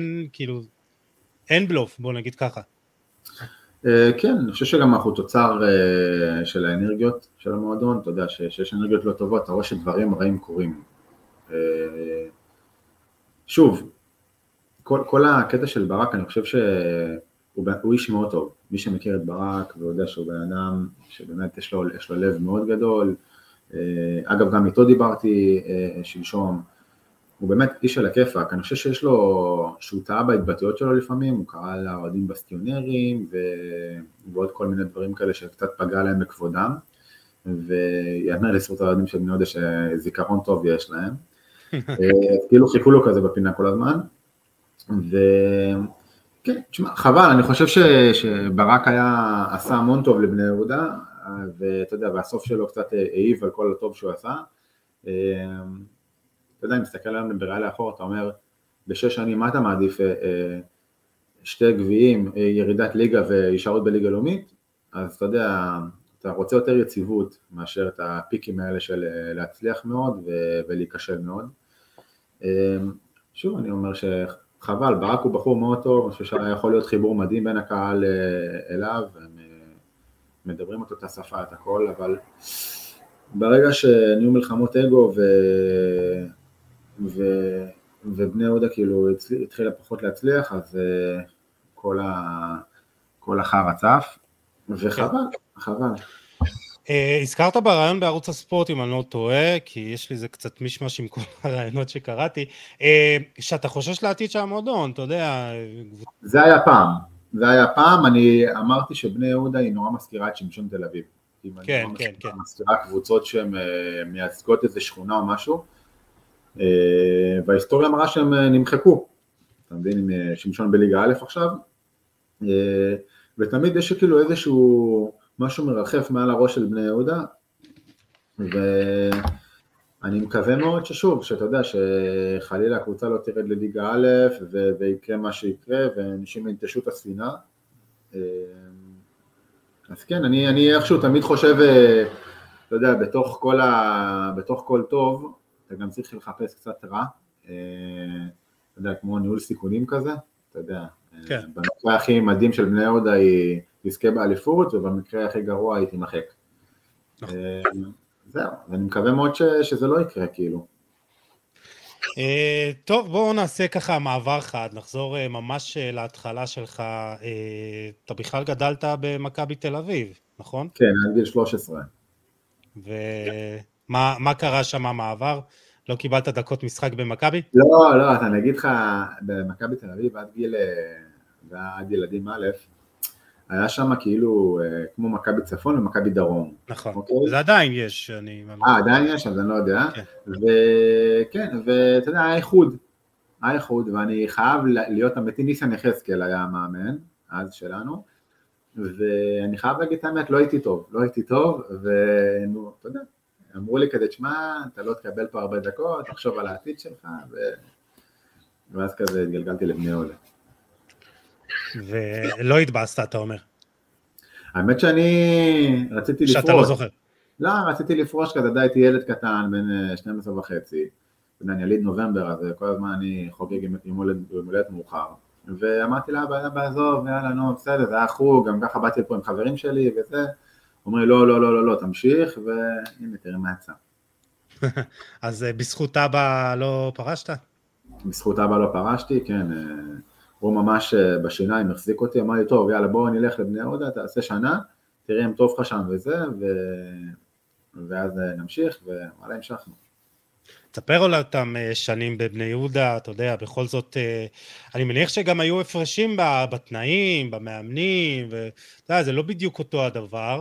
אין בלוף, בוא נגיד ככה. כן, אני חושב שגם אנחנו תוצר של האנרגיות של המועדון, אתה יודע, שיש אנרגיות לא טובות, אתה רואה שדברים רעים קורים. שוב, כל הקטע של ברק, אני חושב שהוא איש מאוד טוב, מי שמכיר את ברק ויודע שהוא בן אדם שבאמת יש לו לב מאוד גדול, אגב גם איתו דיברתי שלשום, הוא באמת איש על הכיפק, אני חושב שיש לו, שהוא טעה בהתבטאויות שלו לפעמים, הוא קרא לאוהדים בסטיונרים ועוד כל מיני דברים כאלה שקצת פגע להם בכבודם, ויאמר לזכות האוהדים של בני יהודה שזיכרון טוב יש להם, כאילו חיכו לו כזה בפינה כל הזמן, וכן, תשמע, חבל, אני חושב שברק עשה המון טוב לבני יהודה, ואתה יודע, והסוף שלו קצת העיב על כל הטוב שהוא עשה, אתה יודע, אם מסתכל עליהם בריאה לאחור, אתה אומר, בשש שנים, מה אתה מעדיף? 2 גביעים, ירידת ליגה וישארות בליגה לאומית? אז אתה יודע, אתה רוצה יותר יציבות מאשר את הפיקים האלה של להצליח מאוד ולהיכשל מאוד. שוב, אני אומר שחבל, ברק הוא בחור מאוד טוב, אני חושב שיכול להיות חיבור מדהים בין הקהל אליו, הם מדברים אותו את השפה, את הכל, אבל ברגע שנהיו מלחמות אגו ובני יהודה כאילו התחילה פחות להצליח, אז כל החר הצף, וחבל. הזכרת ברעיון בערוץ הספורט, אם אני לא טועה, כי יש לי זה קצת משמש עם כל הרעיונות שקראתי, שאתה חושש לעתיד של המועדון, אתה יודע. זה היה פעם, אני אמרתי שבני יהודה היא נורא מזכירה את שמשון תל אביב. כן. מזכירה קבוצות שהן מייצגות איזה שכונה או משהו, וההיסטוריה מראה שהם נמחקו, אתה מבין, עם שמשון בליגה א' עכשיו, ותמיד יש כאילו איזשהו משהו מרחף מעל הראש של בני יהודה, ואני מקווה מאוד ששוב, שאתה יודע שחלילה הקבוצה לא תרד לליגה א' ויקרה מה שיקרה, ואנשים ינטשו את הספינה, אז כן, אני איכשהו תמיד חושב, אתה יודע, בתוך כל טוב, אתה גם צריך לחפש קצת רע, אתה יודע, כמו ניהול סיכונים כזה, אתה יודע, כן. במקרה הכי מדהים של בני יהודה היא תזכה באליפות, ובמקרה הכי גרוע היא תימחק. נכון. זהו, ואני מקווה מאוד שזה לא יקרה, כאילו. טוב, בואו נעשה ככה מעבר חד, נחזור ממש להתחלה שלך, אתה בכלל גדלת במכבי תל אביב, נכון? כן, עד גיל 13. ומה קרה שם המעבר? לא קיבלת דקות משחק במכבי? לא, אני אגיד לך, במכבי תל אביב עד ילדים א', היה שם כאילו כמו מכבי צפון ומכבי דרום. נכון, אוקיי? זה עדיין יש. עדיין יש, אז אני לא יודע. וכן, ואתה יודע, היה איחוד, ואני חייב להיות אמיתי, ניסן יחזקאל היה המאמן, אז שלנו, ואני חייב להגיד את האמת, לא הייתי טוב, ונו, אתה יודע, אמרו לי כזה, תשמע, אתה לא תקבל פה הרבה דקות, תחשוב על העתיד שלך, ואז כזה התגלגלתי לבני יהודה. ולא התבאסת, אתה אומר. האמת שאני רציתי לפרוש. שאתה לא זוכר. לא, רציתי לפרוש כזה, הייתי ילד קטן, בן 12 וחצי, אני יליד נובמבר, אז כל הזמן אני חוגג עם הולדת מאוחר, ואמרתי לה, בעזוב, יאללה, נו, בסדר, זה היה חוג, גם ככה באתי פה עם חברים שלי וזה, אומרים לי, לא, תמשיך, והנה, תראה מה יצא. אז בזכות אבא לא פרשת? בזכות אבא לא פרשתי, כן, הוא ממש בשיניים החזיק אותי, אמר לי, טוב, יאללה, בואו נלך לבני יהודה, תעשה שנה, תראה אם טוב לך שם וזה, ואז נמשיך, ועלה המשכנו. תספר על אותם שנים בבני יהודה, אתה יודע, בכל זאת, אני מניח שגם היו הפרשים בתנאים, במאמנים, ואתה יודע, זה לא בדיוק אותו הדבר.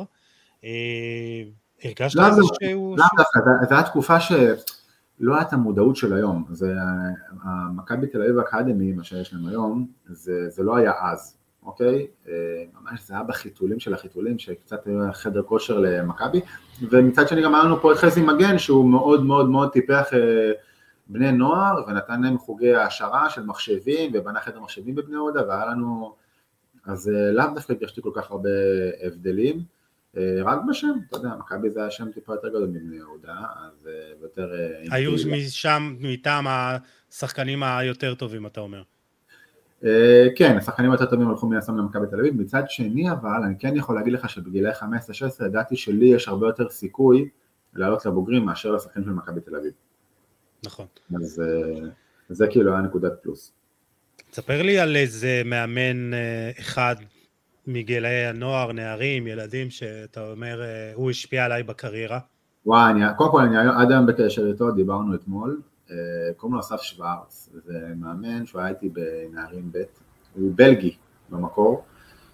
הרגשת איזשהו... לא, דווקא, זו הייתה תקופה שלא הייתה המודעות של היום, המכבי תל אביב האקדמי, מה שיש להם היום, זה לא היה אז, אוקיי? ממש זה היה בחיתולים של החיתולים, שקצת היה חדר כושר למכבי, ומצד שני גם היה לנו פה את חזי מגן, שהוא מאוד מאוד מאוד טיפח בני נוער, ונתן להם חוגי העשרה של מחשבים, ובנה חדר מחשבים בבני יהודה, והיה לנו, אז לאו דווקא הרגשתי כל כך הרבה הבדלים, רק בשם, אתה יודע, מכבי זה היה שם טיפה יותר גדול מבני יהודה, אז יותר... היו משם, מטעם השחקנים היותר טובים, אתה אומר. כן, השחקנים היותר טובים הלכו מן הסתם למכבי תל אביב, מצד שני אבל, אני כן יכול להגיד לך שבגילי 15-16, ידעתי שלי יש הרבה יותר סיכוי לעלות לבוגרים מאשר לשחקנים של מכבי תל אביב. נכון. אז זה כאילו היה נקודת פלוס. תספר לי על איזה מאמן אחד מגילאי הנוער, נערים, ילדים, שאתה אומר, הוא השפיע עליי בקריירה. וואי, קודם כל אני עד היום בקשר איתו, דיברנו אתמול, קוראים לו אסף שוורץ, זה מאמן שהוא היה איתי בנערים ב', הוא בלגי במקור,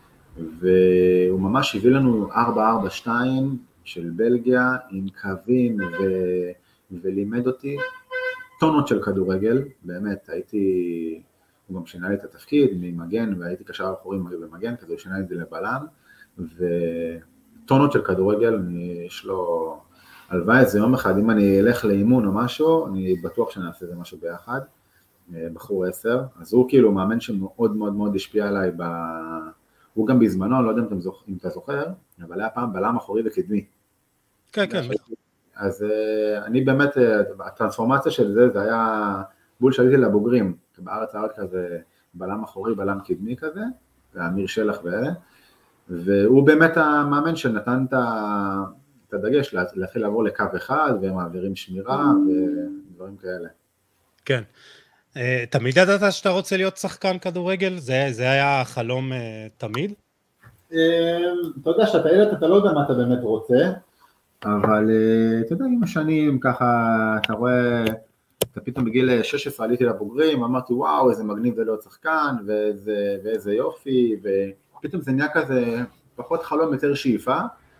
והוא ממש הביא לנו 4-4-2 של בלגיה עם קווים ולימד אותי טונות של כדורגל, באמת הייתי, הוא גם שינה לי את התפקיד ממגן, והייתי קשר אחורים במגן, כזה הוא שינה לי את זה לבלם, וטונות של כדורגל, יש לו... הלוואי איזה יום אחד, אם אני אלך לאימון או משהו, אני בטוח שנעשה זה משהו ביחד, בחור 10, אז הוא כאילו מאמן שמאוד מאוד מאוד השפיע עליי, הוא גם בזמנו, אני לא יודע אם אתה זוכר, אבל היה פעם בלם אחורי וקדמי. כן, כן. אז אני באמת, הטרנספורמציה של זה היה בול שעליתי לבוגרים, בארץ הארץ כזה, בלם אחורי, בלם קדמי כזה, ואמיר שלח ואלה, והוא באמת המאמן שנתן את הדגש, להתחיל לעבור לקו אחד, ומעבירים שמירה, ודברים כאלה. כן. תמיד ידעת שאתה רוצה להיות שחקן כדורגל? זה היה החלום תמיד? אתה יודע שאתה ילד, אתה לא יודע מה אתה באמת רוצה, אבל אתה יודע, עם השנים ככה, אתה רואה, אתה פתאום בגיל 16 עליתי לבוגרים, אמרתי וואו, איזה מגניב זה להיות שחקן, ואיזה יופי, ופתאום זה נהיה כזה, פחות חלום יותר שאיפה,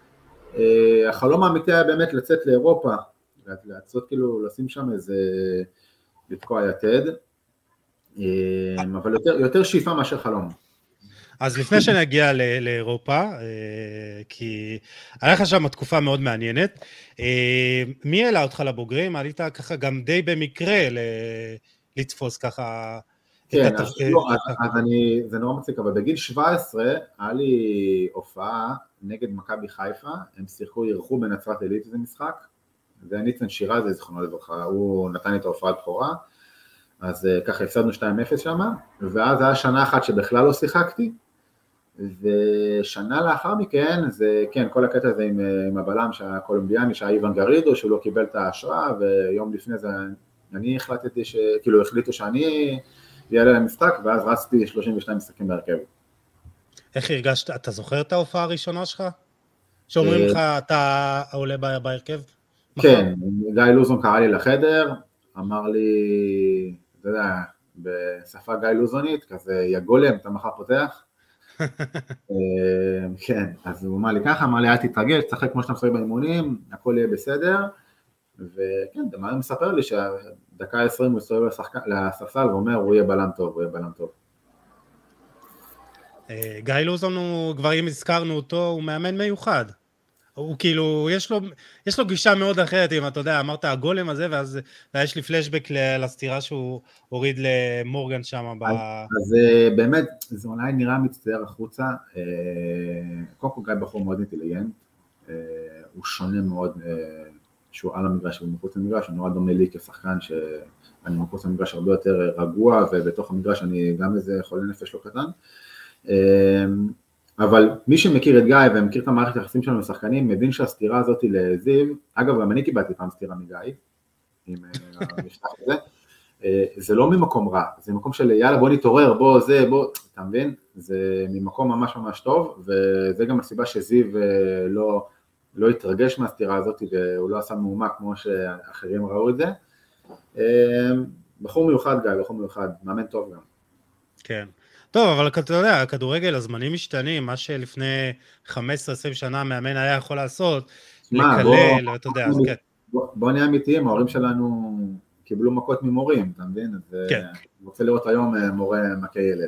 החלום האמיתי היה באמת לצאת לאירופה, לעשות כאילו, לשים שם איזה, לתקוע יתד, אבל יותר שאיפה מאשר חלום. אז לפני שנגיע לאירופה, כי היה לך שם תקופה מאוד מעניינת, מי העלה אותך לבוגרים? עלית ככה גם די במקרה לתפוס ככה... כן, אז זה נורא מציק, אבל בגיל 17 היה לי הופעה נגד מכבי חיפה, הם שיחקו, ירחו בנצרת עילית איזה משחק, זה ניצן שירה, זה זכרונו לברכה, הוא נתן לי את ההופעת בכורה, אז ככה הפסדנו 2-0 שם, ואז היה שנה אחת שבכלל לא שיחקתי, ושנה לאחר מכן, זה כן, כל הקטע הזה עם הבלם הקולומביאני, שהיה איוון גרידו, שהוא לא קיבל את ההשראה, ויום לפני זה אני החלטתי כאילו החליטו שאני יעלה למשחק, ואז רצתי 32 משחקים בהרכב. איך הרגשת? אתה זוכר את ההופעה הראשונה שלך? שאומרים לך, אתה עולה בהרכב? כן, גיא לוזון קרא לי לחדר, אמר לי, אתה יודע, בשפה גיא לוזונית, כזה יגולם, אתה מחר פותח? כן, אז הוא אמר לי ככה, אמר לי, אל תתרגש, תשחק כמו שאתה משחק באימונים, הכל יהיה בסדר, וכן, דמרי מספר לי שהדקה 20 הוא מסתובב לספסל ואומר, הוא יהיה בלם טוב, הוא יהיה בלם טוב. גיא לוזון, כבר אם הזכרנו אותו, הוא מאמן מיוחד. הוא כאילו, יש לו גישה מאוד אחרת, אם אתה יודע, אמרת הגולם הזה, ואז יש לי פלשבק לסתירה שהוא הוריד למורגן שם. אז באמת, זה אולי נראה מצטייר החוצה, קודם כל גיא בחור מאוד אינטליגנט, הוא שונה מאוד, שהוא על המגרש ומחוץ למגרש, הוא נורא דומה לי כשחקן, שאני מחוץ למגרש הרבה יותר רגוע, ובתוך המגרש אני גם איזה חולה נפש לא קטן, אבל מי שמכיר את גיא ומכיר את המערכת היחסים שלנו לשחקנים, מבין שהסתירה הזאת לזיו, אגב גם אני קיבלתי פעם סתירה מגיא, עם המשטח הזה, זה לא ממקום רע, זה ממקום של יאללה בוא נתעורר, בוא, אתה מבין? זה ממקום ממש ממש טוב, וזה גם הסיבה שזיו לא התרגש מהסתירה הזאת, והוא לא עשה מהומה כמו שאחרים ראו את זה, בחור מיוחד גיא, בחור מיוחד, מאמן טוב גם. כן. טוב, אבל אתה יודע, הכדורגל, הזמנים משתנים, מה שלפני 15-20 שנה מאמן היה יכול לעשות, לקלל, אתה יודע, אז כן. בוא נהיה אמיתיים, ההורים שלנו קיבלו מכות ממורים, אתה מבין? אז כן. אני רוצה לראות היום מורה מכה ילד.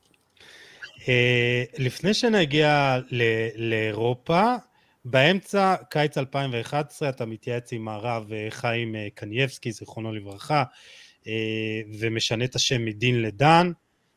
לפני שנגיע לאירופה, באמצע קיץ 2011 אתה מתייעץ עם הרב חיים קנייבסקי, זיכרונו לברכה, ומשנה את השם מדין לדן.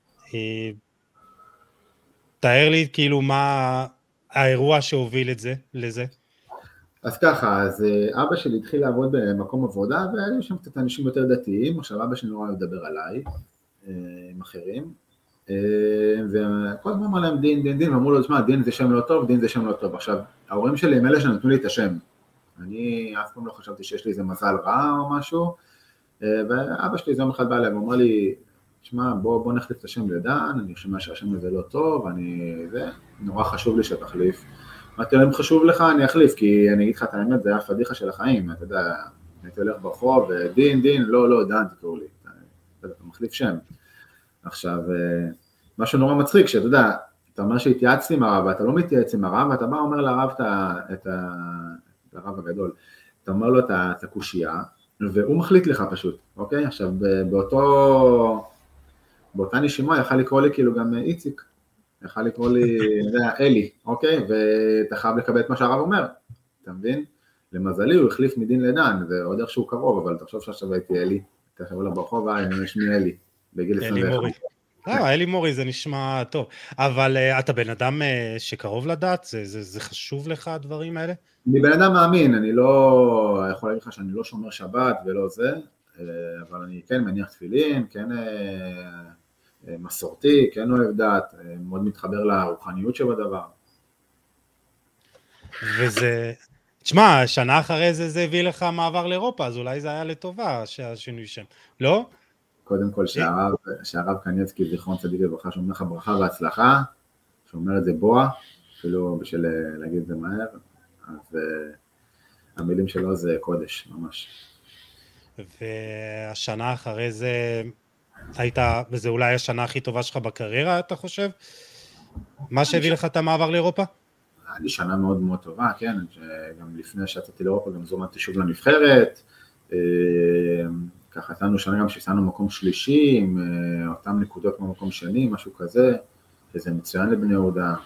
תאר לי כאילו מה האירוע שהוביל לזה. אז ככה, אז אבא שלי התחיל לעבוד במקום עבודה, והיו שם קצת אנשים יותר דתיים, עכשיו אבא שלי נורא לדבר עליי, עם אחרים, וכל הזמן אמר להם דין, ואמרו לו, תשמע, דין זה שם לא טוב, דין זה שם לא טוב. עכשיו, ההורים שלי הם אלה שנתנו לי את השם, אני אף פעם לא חשבתי שיש לי איזה מזל רע או משהו, ואבא שלי זה יום אחד בא אליי ואומר לי, תשמע, בוא נחליף את השם לדן, אני חושב שהשם הזה לא טוב, זה נורא חשוב לי שתחליף. אמרתי להם, חשוב לך, אני אחליף, כי אני אגיד לך את האמת, זה היה פדיחה של החיים, אתה יודע, הייתי הולך ברחוב, דין, לא, דן, תקראו לי, אתה מחליף שם. עכשיו, משהו נורא מצחיק, שאתה יודע, אתה אומר שהתייעצתי עם הרב, ואתה לא מתייעץ עם הרב, ואתה בא אומר לרב את הרב הגדול, אתה אומר לו את הקושייה, והוא מחליט לך פשוט, אוקיי? עכשיו, באותה נשימה יכל לקרוא לי כאילו גם איציק, יכל לקרוא לי, אלי, אוקיי? ואתה חייב לקבל את מה שהרב אומר, אתה מבין? למזלי הוא החליף מדין לדן, ועוד איכשהו קרוב, אבל תחשוב שעכשיו הייתי אלי, תחשב לו ברחוב, שמי אלי, בגיל 21. אלי מורי זה נשמע טוב, אבל אתה בן אדם שקרוב לדת, זה חשוב לך הדברים האלה? אני בן אדם מאמין, אני לא יכול להגיד לך שאני לא שומר שבת ולא זה, אבל אני כן מניח תפילין, כן מסורתי, כן אוהב דת, מאוד מתחבר לרוחניות שבדבר. וזה, תשמע, שנה אחרי זה הביא לך מעבר לאירופה, אז אולי זה היה לטובה שהשינוי שם, לא? קודם כל שהרב קנייבסקי זיכרון צדיק לברכה, שאומר לך ברכה והצלחה, שאומר את זה בוע, אפילו בשביל להגיד את זה מהר, אז המילים שלו זה קודש, ממש. והשנה אחרי זה הייתה, וזה אולי השנה הכי טובה שלך בקריירה, אתה חושב? מה שהביא לך את המעבר לאירופה? היה לי שנה מאוד מאוד טובה, כן, גם לפני שיצאתי לאירופה, גם זומנתי שוב לנבחרת, ככה היינו שנה גם שהסענו מקום שלישי, עם אותם נקודות במקום שני, משהו כזה, שזה מצוין לבני יהודה.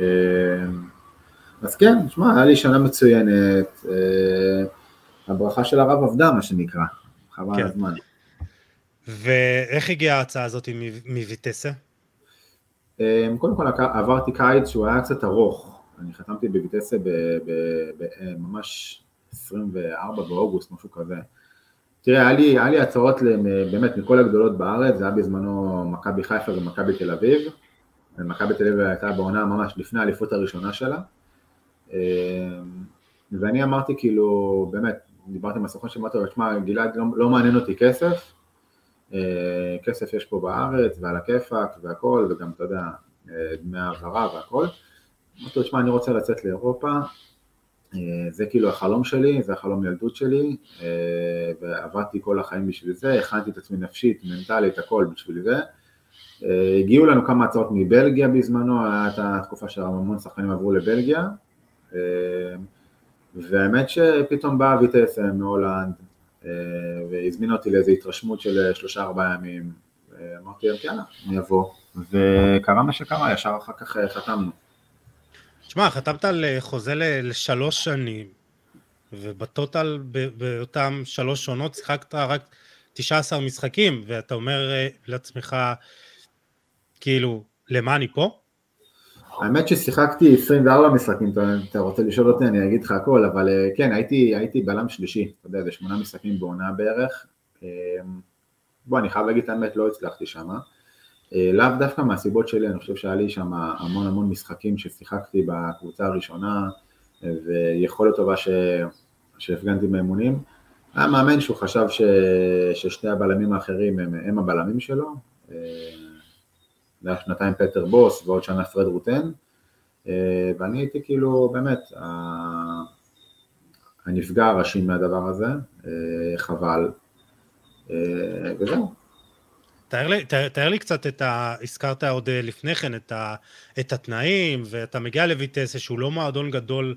אז כן, תשמע, היה לי שנה מצוינת, הברכה של הרב עבדה, מה שנקרא, חבל הזמן. ואיך הגיעה ההצעה הזאת מויטסה? קודם כל עברתי קיץ שהוא היה קצת ארוך, אני חתמתי בויטסה ממש 24 באוגוסט, משהו כזה. תראה, היה לי הצעות באמת מכל הגדולות בארץ, זה היה בזמנו מכבי חיפה ומכבי תל אביב, ומכבי תל אביב הייתה בעונה ממש לפני האליפות הראשונה שלה, ואני אמרתי כאילו, באמת, דיברתי עם הסוכן שאמרתי לו, תשמע, גלעד, לא מעניין אותי כסף, כסף יש פה בארץ, ועל הכיפק והכל, וגם, אתה יודע, דמי העברה והכל, אמרתי לו, תשמע, אני רוצה לצאת לאירופה, זה כאילו החלום שלי, זה החלום ילדות שלי, ועבדתי כל החיים בשביל זה, הכנתי את עצמי נפשית, מנטלית, הכל בשביל זה. הגיעו לנו כמה הצעות מבלגיה בזמנו, הייתה התקופה שהמון שחקנים עברו לבלגיה, והאמת שפתאום באה ויטסה מהולנד, והזמינה אותי לאיזו התרשמות של 3-4 ימים, אמרתי להם, יאללה, אני אבוא, וקרה מה שקרה, ישר אחר כך חתמנו. תשמע, חתמת על חוזה ל3 שנים, ובטוטל באותם 3 שונות שיחקת רק 19 משחקים, ואתה אומר לעצמך, כאילו, למה אני פה? האמת ששיחקתי 24 משחקים, אתה רוצה לשאול אותי, אני אגיד לך הכל, אבל כן, הייתי בלם שלישי, אתה יודע, זה 8 משחקים בעונה בערך, בוא, אני חייב להגיד את האמת, לא הצלחתי שמה, לאו דווקא מהסיבות שלי, אני חושב שהיה לי שם המון משחקים ששיחקתי בקבוצה הראשונה, ויכולת טובה שהפגנתי באימונים, היה מאמן שהוא חשב ששני הבלמים האחרים הם הבלמים שלו, זה היה 2 פטר בוס ועוד שנה פרד רוטן, ואני הייתי כאילו באמת הנפגע הראשי מהדבר הזה, חבל, וזהו. תאר לי קצת הזכרת עוד לפני כן את התנאים, ואתה מגיע לויטסה שהוא לא מועדון גדול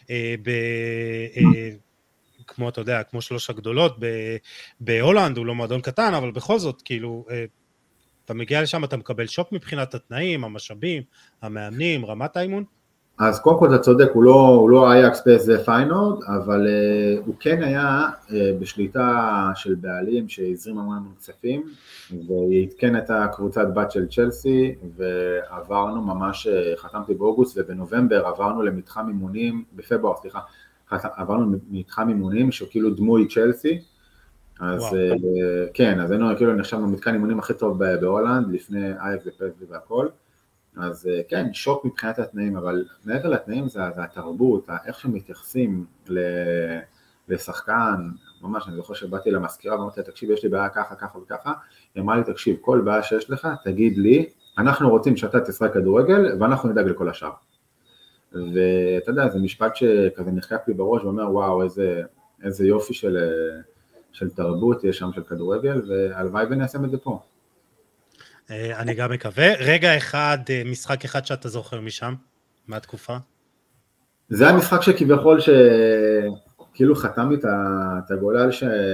כמו אתה יודע, כמו 3 הגדולות בהולנד, הוא לא מועדון קטן, אבל בכל זאת, כאילו, אתה מגיע לשם, אתה מקבל שוק מבחינת התנאים, המשאבים, המאמנים, רמת האימון? אז קודם כל אתה צודק, הוא לא אייקס פס פיינורד, אבל הוא כן היה בשליטה של בעלים שהזרים המון כספים, והתקן את הקבוצת בת של צ'לסי, ועברנו ממש, חתמתי באוגוסט, ובנובמבר עברנו למתחם אימונים, בפברואר, סליחה, עברנו מתחם אימונים שהוא כאילו דמוי צ'לסי, אז כן, אז היינו כאילו נחשבנו מתקן אימונים הכי טוב בהולנד, לפני אייקס ופס והכל, אז כן, שוק מבחינת התנאים, אבל מעבר לתנאים זה התרבות, איך שמתייחסים לשחקן, ממש אני זוכר שבאתי למזכירה ואמרתי לה, תקשיב, יש לי בעיה ככה, ככה וככה, היא אמרה לי, תקשיב, כל בעיה שיש לך, תגיד לי, אנחנו רוצים שאתה תשחק כדורגל, ואנחנו נדאג לכל השאר. ואתה יודע, זה משפט שכזה נחקק לי בראש, ואומר, וואו, איזה יופי של תרבות יש שם של כדורגל, והלוואי וניישם את זה פה. אני גם מקווה. רגע אחד, משחק אחד שאתה זוכר משם, מהתקופה? זה המשחק שכביכול כאילו חתמתי את הגולל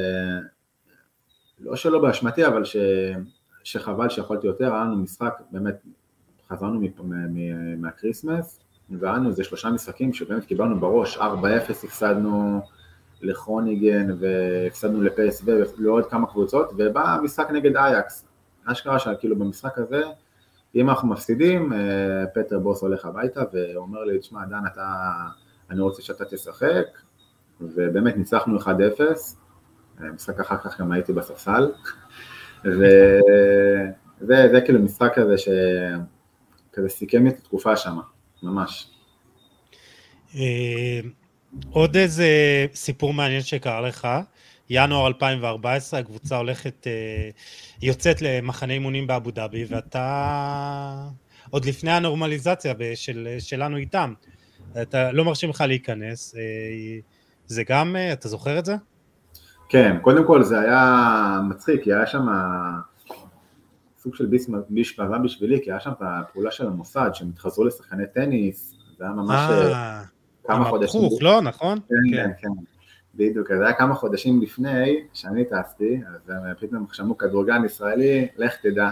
לא שלא באשמתי, אבל שחבל שיכולתי יותר, היה לנו משחק, באמת חזרנו מהקריסמס, והיה לנו איזה 3 משחקים שבאמת קיבלנו בראש, 4-0 הפסדנו לכרוניגן, והפסדנו לפסו ולעוד כמה קבוצות, ובא המשחק נגד אייקס, אשכרה שכאילו במשחק הזה, אם אנחנו מפסידים, פטר בוס הולך הביתה, ואומר לי, תשמע, דן, אני רוצה שאתה תשחק, ובאמת ניצחנו 1-0, משחק אחר כך גם הייתי בספסל, וזה כאילו משחק כזה שכזה סיכם את התקופה שם, ממש. עוד איזה סיפור מעניין שקרה לך, ינואר 2014, הקבוצה יוצאת למחנה אימונים באבו דאבי, ואתה עוד לפני הנורמליזציה שלנו איתם, אתה לא מרשים לך להיכנס, זה גם, אתה זוכר את זה? כן, קודם כל זה היה מצחיק, כי היה שם סוג של ביש פעבה בשבילי, כי היה שם את הפעולה של המוסד, שהם התחזרו לשחקני טניס, זה היה ממש כמה חודשים. לא, נכון? כן, כן. בדיוק, זה היה כמה חודשים לפני שאני טסתי, אז פתאום שמעו כדורגלן ישראלי, לך תדע.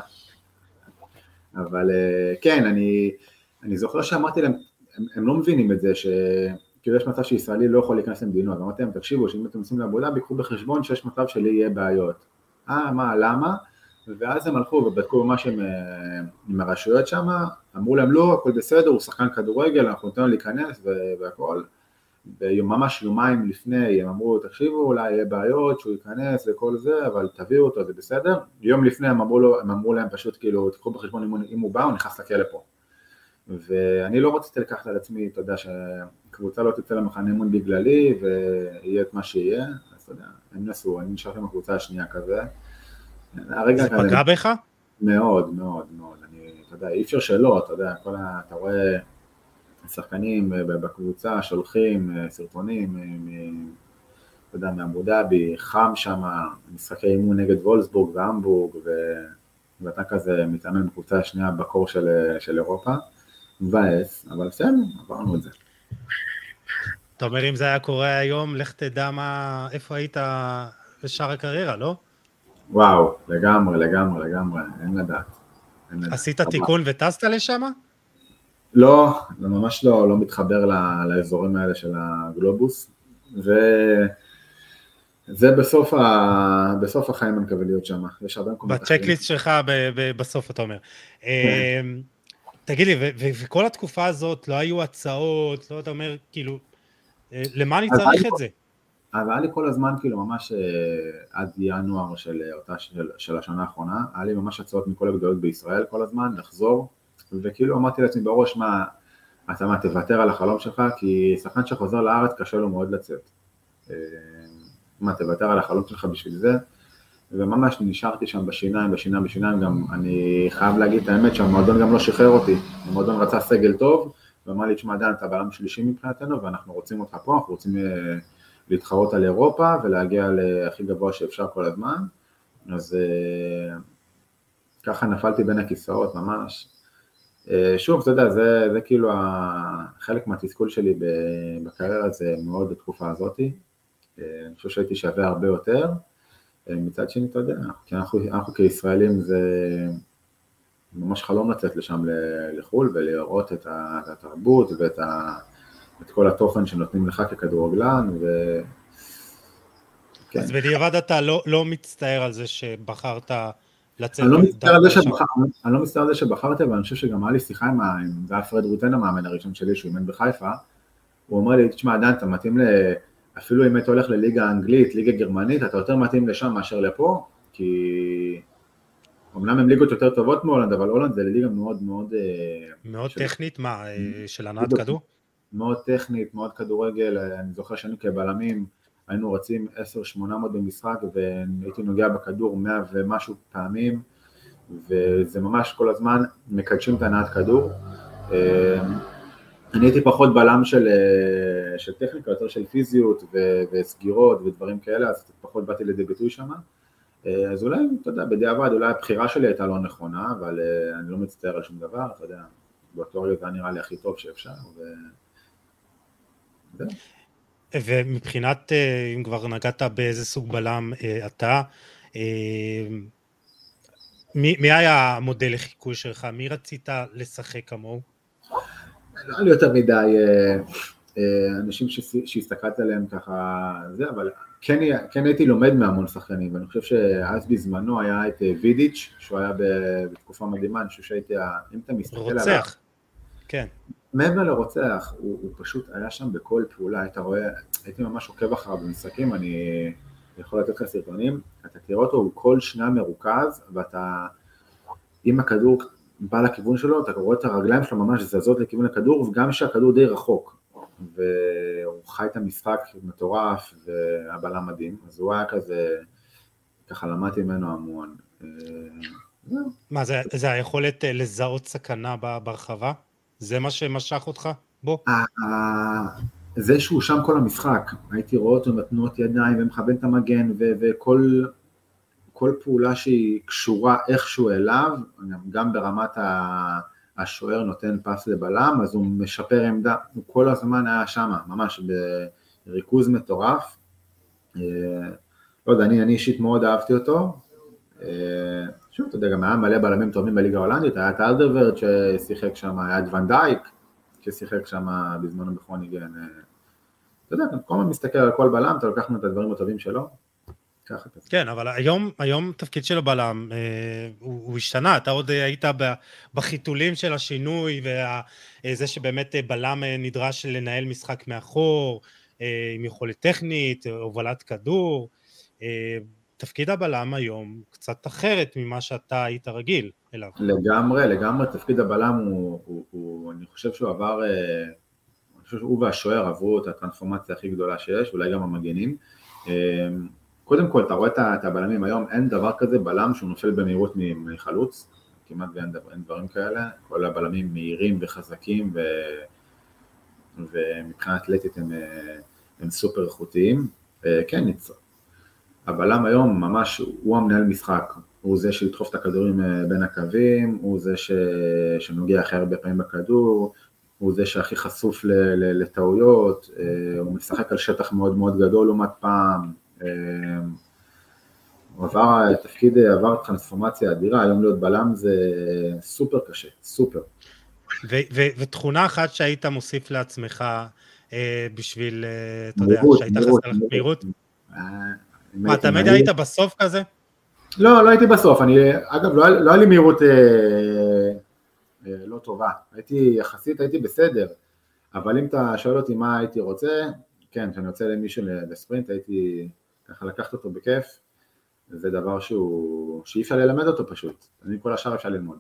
אבל כן, אני זוכר שאמרתי להם, הם לא מבינים את זה, שכאילו יש מצב שישראלי לא יכול להיכנס למדינות, אמרתי להם, תקשיבו, שאם אתם נוסעים לעבודה, ביקחו בחשבון שיש מצב שלי יהיה בעיות. מה, למה? ואז הם הלכו ובדקו ממש עם הרשויות שם, אמרו להם, לא, הכל בסדר, הוא שחקן כדורגל, אנחנו נותנים להיכנס והכל. וממש יומיים לפני הם אמרו, תקשיבו, אולי יהיה בעיות שהוא ייכנס וכל זה, אבל תביאו אותו, זה בסדר. יום לפני הם אמרו להם פשוט, כאילו, תקחו בחשבון אם הוא בא, הוא נכנס לכלא פה. ואני לא רציתי לקחת על עצמי, אתה יודע, שקבוצה לא תצא למחנה אימון בגללי, ויהיה את מה שיהיה, אז אתה יודע, הם נסו, אני נשאר עם הקבוצה השנייה כזה. זה פגע בך? מאוד, מאוד, מאוד. אתה יודע, אי אפשר שלא, אתה יודע, אתה רואה שחקנים בקבוצה שולחים סרטונים, אתה יודע, מאבו דאבי, חם שם, משחקי אימון נגד וולסבורג והמבורג, ואתה כזה מתאמן בקבוצה השנייה בקור של אירופה, מבאס, אבל בסדר, עברנו את זה. אתה אומר, אם זה היה קורה היום, לך תדע איפה היית בשאר הקריירה, לא? וואו, לגמרי, אין לדעת. עשית תיקון וטסת לשם? לא, זה ממש לא מתחבר לאזורים האלה של הגלובוס, זה בסוף החיים אני מקווה להיות שם. בצ'קליסט שלך בסוף אתה אומר. תגיד לי, וכל התקופה הזאת לא היו הצעות, לא אתה אומר, כאילו, למה אני צריך את זה? אבל היה לי כל הזמן, כאילו, ממש עד ינואר של השנה האחרונה, היה לי ממש הצעות מכל הגדולות בישראל כל הזמן, לחזור, וכאילו אמרתי לעצמי בראש, אתה תוותר על החלום שלך, כי שחקן שחוזר לארץ קשה לו מאוד לצאת. תוותר על החלום שלך בשביל זה, וממש נשארתי שם בשיניים, גם אני חייב להגיד את האמת שהמועדון גם לא שחרר אותי, המועדון רצה סגל טוב, ואמר לי, תשמע דן, אתה בעולם שלישי מבחינתנו, ואנחנו רוצים אותך פה, אנחנו רוצים להתחרות על אירופה, ולהגיע להכי גבוה שאפשר כל הזמן, אז ככה נפלתי בין הכיסאות ממש. שוב, אתה יודע, זה כאילו חלק מהתסכול שלי בקריירה, זה מאוד בתקופה הזאת. אני חושב שהייתי שווה הרבה יותר. מצד שני, אתה יודע, כי אנחנו כישראלים זה ממש חלום לצאת לשם לחול ולראות את התרבות ואת כל התוכן שנותנים לך ככדורגלן. אז בדיעבד אתה לא מצטער על זה שבחרת לצאת? אני לא מצטער על זה שבחרתי, אבל אני חושב שגם היה לי שיחה עם אלפרד רוטן, המאמן הראשון שלי, שהוא אימן בחיפה. הוא אומר לי, תשמע, דן, אתה מתאים אפילו אם אתה הולך לליגה האנגלית, ליגה גרמנית, אתה יותר מתאים לשם מאשר לפה, כי אמנם הם ליגות יותר טובות מהולנד, אבל הולנד זה ליגה מאוד מאוד... מאוד טכנית, מה? של הנעת כדור? מאוד טכנית, מאוד כדורגל. אני זוכר שהיינו כבלמים, היינו רצים 10-800 במשחק, והייתי נוגע בכדור 100 ומשהו פעמים, וזה ממש כל הזמן מקדשים את הנעת כדור. אני הייתי פחות בלם של טכניקה, יותר של פיזיות וסגירות ודברים כאלה, אז פחות באתי לידי ביטוי שם. אז אולי, אתה יודע, בדיעבד, אולי הבחירה שלי הייתה לא נכונה, אבל אני לא מצטער על שום דבר, אתה יודע, באותו רגע זה נראה לי הכי טוב שאפשר, ומבחינת, אם כבר נגעת באיזה סוג בלם אתה, מי היה המודל לחיקוי שלך? מי רצית לשחק כמוהו? לא היה לי יותר מדי אנשים שהסתכלתי עליהם ככה, אבל כן הייתי לומד מהמון שחקנים, ואני חושב שאז בזמנו היה את וידיץ', שהוא היה בתקופה מדהימה, אני חושב שהייתי, אם אתה מסתכל עליו... רוצח, כן. מעבר לרוצח, הוא פשוט היה שם בכל פעולה, היית רואה, הייתי ממש עוקב אחריו במשחקים, אני יכול לתת לך סרטונים, אתה תראה אותו, הוא כל שנייה מרוכז, ואתה, אם הכדור בא לכיוון שלו, אתה רואה את הרגליים שלו ממש זזות לכיוון הכדור, וגם שהכדור די רחוק, והוא חי את המשחק מטורף, והבלם מדהים, אז הוא היה כזה, ככה למדתי ממנו המון. מה, זה היכולת לזהות סכנה ברחבה? זה מה שמשך אותך? בוא. זה שהוא שם כל המשחק, הייתי רואה אותו בתנועות ידיים ומכוון את המגן, וכל פעולה שהיא קשורה איכשהו אליו, גם ברמת השוער נותן פס לבלם, אז הוא משפר עמדה, הוא כל הזמן היה שם, ממש בריכוז מטורף. לא יודע, אני אישית מאוד אהבתי אותו. שוב, אתה יודע, גם היה מלא בלמים טובים בליגה ההולנדית, היה את אלדרוורד ששיחק שם, היה את ון דייק ששיחק שם בזמנו בכרוניגן. אתה יודע, כל הזמן מסתכל על כל בלם, אתה לוקח את הדברים הטובים שלו. כן, אבל היום תפקיד של הבלם הוא השתנה, אתה עוד היית בחיתולים של השינוי, וזה שבאמת בלם נדרש לנהל משחק מאחור, עם יכולת טכנית, הובלת כדור, תפקיד הבלם היום קצת אחרת ממה שאתה היית רגיל אליו. לגמרי, תפקיד הבלם אני חושב שהוא עבר, אני חושב שהוא והשוער עברו את הטרנספורמציה הכי גדולה שיש, אולי גם המגנים. קודם כל, אתה רואה את הבלמים היום, אין דבר כזה בלם שהוא נופל במהירות מחלוץ, כמעט ואין דברים כאלה, כל הבלמים מהירים וחזקים, ומבחינה אתלטית הם סופר איכותיים. כן, הבלם היום ממש, הוא המנהל משחק, הוא זה שידחוף את הכדורים בין הקווים, הוא זה שנוגע הכי הרבה פעמים בכדור, הוא זה שהכי חשוף לטעויות, הוא משחק על שטח מאוד מאוד גדול לעומת פעם, הוא עבר טרנספורמציה אדירה, היום להיות בלם זה סופר קשה, סופר. ותכונה אחת שהיית מוסיף לעצמך בשביל, אתה יודע, שהיית חסר לך מהירות? מה, תמיד היית בסוף כזה? לא הייתי בסוף, אגב, לא היה לי מהירות לא טובה, הייתי בסדר, אבל אם אתה שואל אותי מה הייתי רוצה, כן, כשאני רוצה למישהו לספרינט, הייתי ככה לקחת אותו בכיף, זה דבר שאי אפשר ללמד אותו פשוט, אני כל השאר אפשר ללמוד.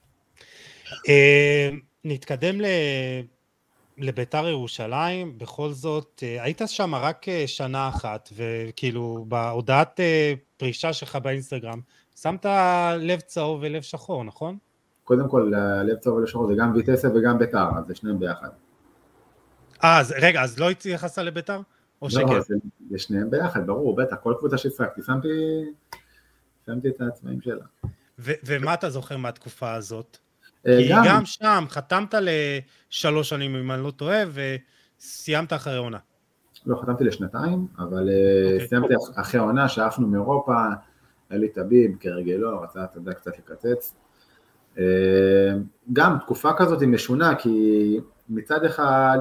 נתקדם לביתר ירושלים, בכל זאת, היית שם רק שנה אחת, וכאילו בהודעת פרישה שלך באינסטגרם, שמת לב צהוב ולב שחור, נכון? קודם כל, לב צהוב ולב שחור זה גם ויטסה וגם ביתר, אז זה שניהם ביחד. אז רגע, אז לא התייחסת לביתר? או שכן? לא, זה שניהם ביחד, ברור, בטח, כל קבוצה שהצחקתי, סיימתי את העצמאים שלה. ומה אתה זוכר מהתקופה הזאת? כי גם שם חתמת ל3 שנים, אם אני לא טועה, וסיימת אחרי עונה. לא, חתמתי לשנתיים, אבל סיימתי אחרי עונה, שאפנו מאירופה, אלי טביב, כרגלו, רצה קצת לקצץ. גם תקופה כזאת היא משונה, כי מצד אחד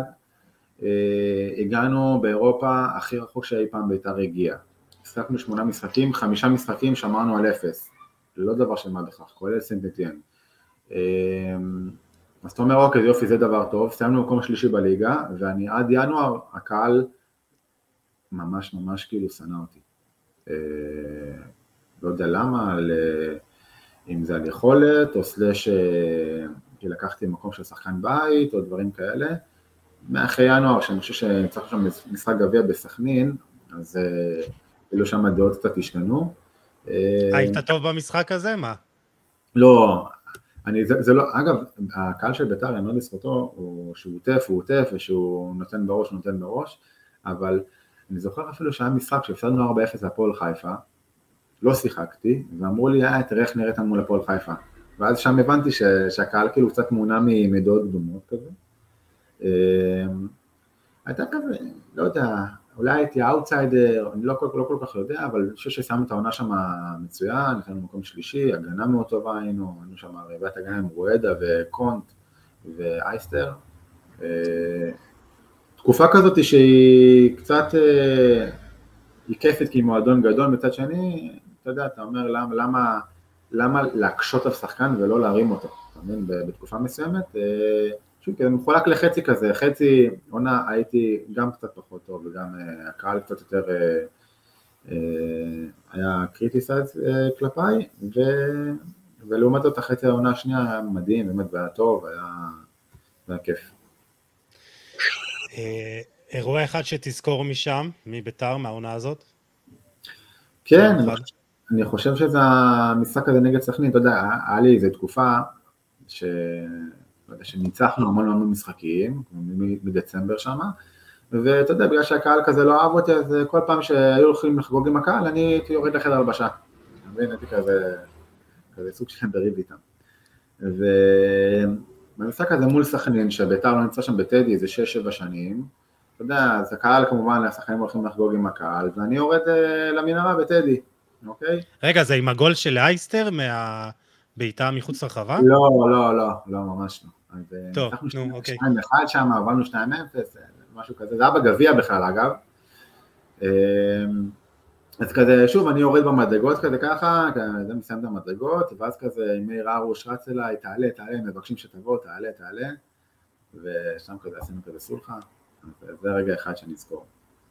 הגענו באירופה הכי רחוק שאי פעם בית"ר הגיע. עסקנו 8 משחקים, 5 משחקים שמרנו על 0. לא דבר של מה בכך, כולל סנט-אתיין. אז אתה אומר, אוקיי, יופי, זה דבר טוב, סיימנו מקום שלישי בליגה, ואני עד ינואר, הקהל ממש ממש כאילו שנא אותי. לא יודע למה, אם זה על יכולת, או סלש, כי לקחתי מקום של שחקן בית, או דברים כאלה. מאחרי ינואר, שאני חושב שצריך שם משחק גביע בסכנין, אז כאילו שם הדעות קצת השתנו. היית טוב במשחק הזה? מה? לא, זה לא, אגב, הקהל של בית"ר, אני לא לזכותו, שהוא עוטף, ושהוא נותן בראש, אבל אני זוכר אפילו שהיה משחק שהפסדנו 4-0 לפועל חיפה, לא שיחקתי, ואמרו לי, תראה איך נראית מול הפועל חיפה, ואז שם הבנתי שהקהל כאילו קצת מונע מדעות קדומות כזה, הייתה כזה, לא יודע, אולי הייתי אאוטסיידר, אני לא כל כך יודע, אבל אני חושב ששמנו את העונה שם מצוין, נתנו מקום שלישי, הגנה מאוד טובה היינו שם רביעת הגנה עם רואדה וקונט ואייסטר. תקופה כזאת שהיא קצת, היא כיפת כי היא מועדון גדול, מצד שני, אתה יודע, אתה אומר למה להקשות על שחקן ולא להרים אותו, אתה מבין, בתקופה מסוימת, שוב, זה מחולק לחצי כזה, חצי עונה הייתי גם קצת פחות טוב, וגם הקהל קצת יותר היה קריטיסייז כלפיי, ולעומת זאת החצי העונה השנייה היה מדהים, באמת היה טוב, היה כיף. אירוע אחד שתזכור משם, מבית"ר, מהעונה הזאת? כן, אני חושב שזה המשחק הזה נגד סכנין, אתה יודע, היה לי איזו תקופה שניצחנו המון משחקים, מדצמבר שם, ואתה יודע, בגלל שהקהל כזה לא אהב אותי, אז כל פעם שהיו הולכים לחגוג עם הקהל, אני הייתי יורד לחדר הלבשה, הייתי כזה סוג של דריב איתם. ובמשחק הזה מול סכנין, שבית"ר לא נמצא שם בטדי, זה 6-7 שנים, אתה יודע, אז הקהל כמובן, השחקנים הולכים לחגוג עם הקהל, ואני יורד למנהרה בטדי, אוקיי? רגע, זה עם הגול של אייסטר בעיטה מחוץ לרחבה? לא, ממש לא. טוב, נו, אוקיי. 2-1 שם, עברנו 2-0, משהו כזה, זה היה בגביע בכלל, אגב. אז כזה, שוב, אני יורד במדרגות כזה ככה, זה מסיים את המדרגות, ואז כזה, מאיר הרוש רץ אליי, תעלה, מבקשים שתבוא, תעלה, ושם כזה עשינו כזה סולחה, זה רגע אחד שנזכור.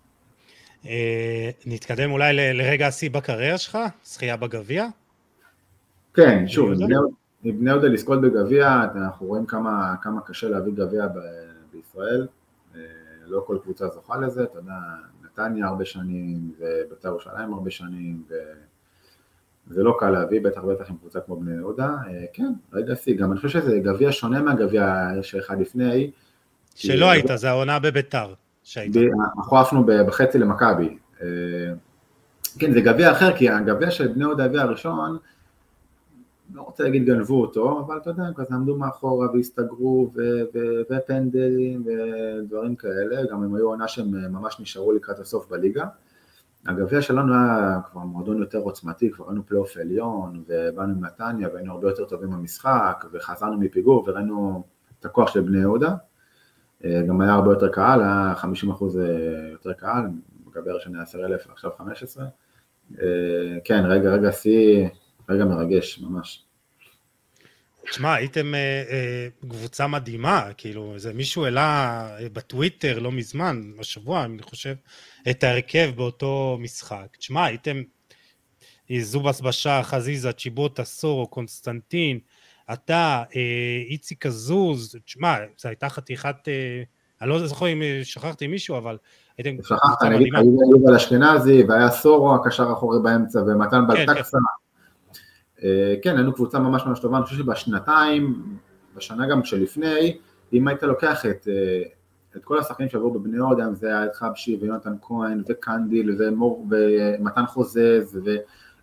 נתקדם אולי לרגע השיא בקריירה שלך, זכייה בגביע? כן, שוב, בני יהודה לזכות בגביע, אנחנו רואים כמה קשה להביא גביע בישראל, לא כל קבוצה זוכה לזה, אתה יודע, נתניה הרבה שנים, ובית"ר ירושלים הרבה שנים, וזה לא קל להביא, בטח עם קבוצה כמו בני יהודה, כן, רגע שיא, גם אני חושב שזה גביע שונה מהגביע שאחד לפני. שלא היית, זה העונה בבית"ר שהיית. אנחנו עפנו בחצי למכבי, כן, זה גביע אחר, כי הגביע של בני יהודה הביע הראשון, לא רוצה להגיד גנבו אותו, אבל אתה יודע, כזה עמדו מאחורה והסתגרו ופנדלים ודברים כאלה, גם הם היו עונה שהם ממש נשארו לקראת הסוף בליגה. הגביע שלנו היה כבר מועדון יותר עוצמתי, כבר היינו פלייאוף עליון, ובאנו עם נתניה, והיינו הרבה יותר טובים במשחק, וחזרנו מפיגור, וראינו את הכוח של בני יהודה. גם היה הרבה יותר קהל, היה 50% יותר קהל, בגביע הראשון היה 10,000, עכשיו 15. כן, רגע שיא, רגע מרגש, ממש. תשמע, הייתם קבוצה מדהימה, כאילו, זה מישהו העלה בטוויטר לא מזמן, השבוע, אני חושב, את ההרכב באותו משחק. תשמע, הייתם זובס בשער, חזיזה, צ'יבוטה, סורו, קונסטנטין, אתה, איציק עזוז, תשמע, זו הייתה חתיכת, אני לא זוכר אם שכחתי מישהו, אבל הייתם קבוצה מדהימה. היו יובל אשכנזי, והיה סורו, הקשר אחורי באמצע, ומתן בלטקסה. כן, היינו קבוצה ממש טובה, אני חושב שבשנתיים, בשנה גם שלפני, אם היית לוקח את כל השחקנים שעברו בבני יהודה, זה היה את חבשי ויונתן כהן וקנדיל ומתן חוזז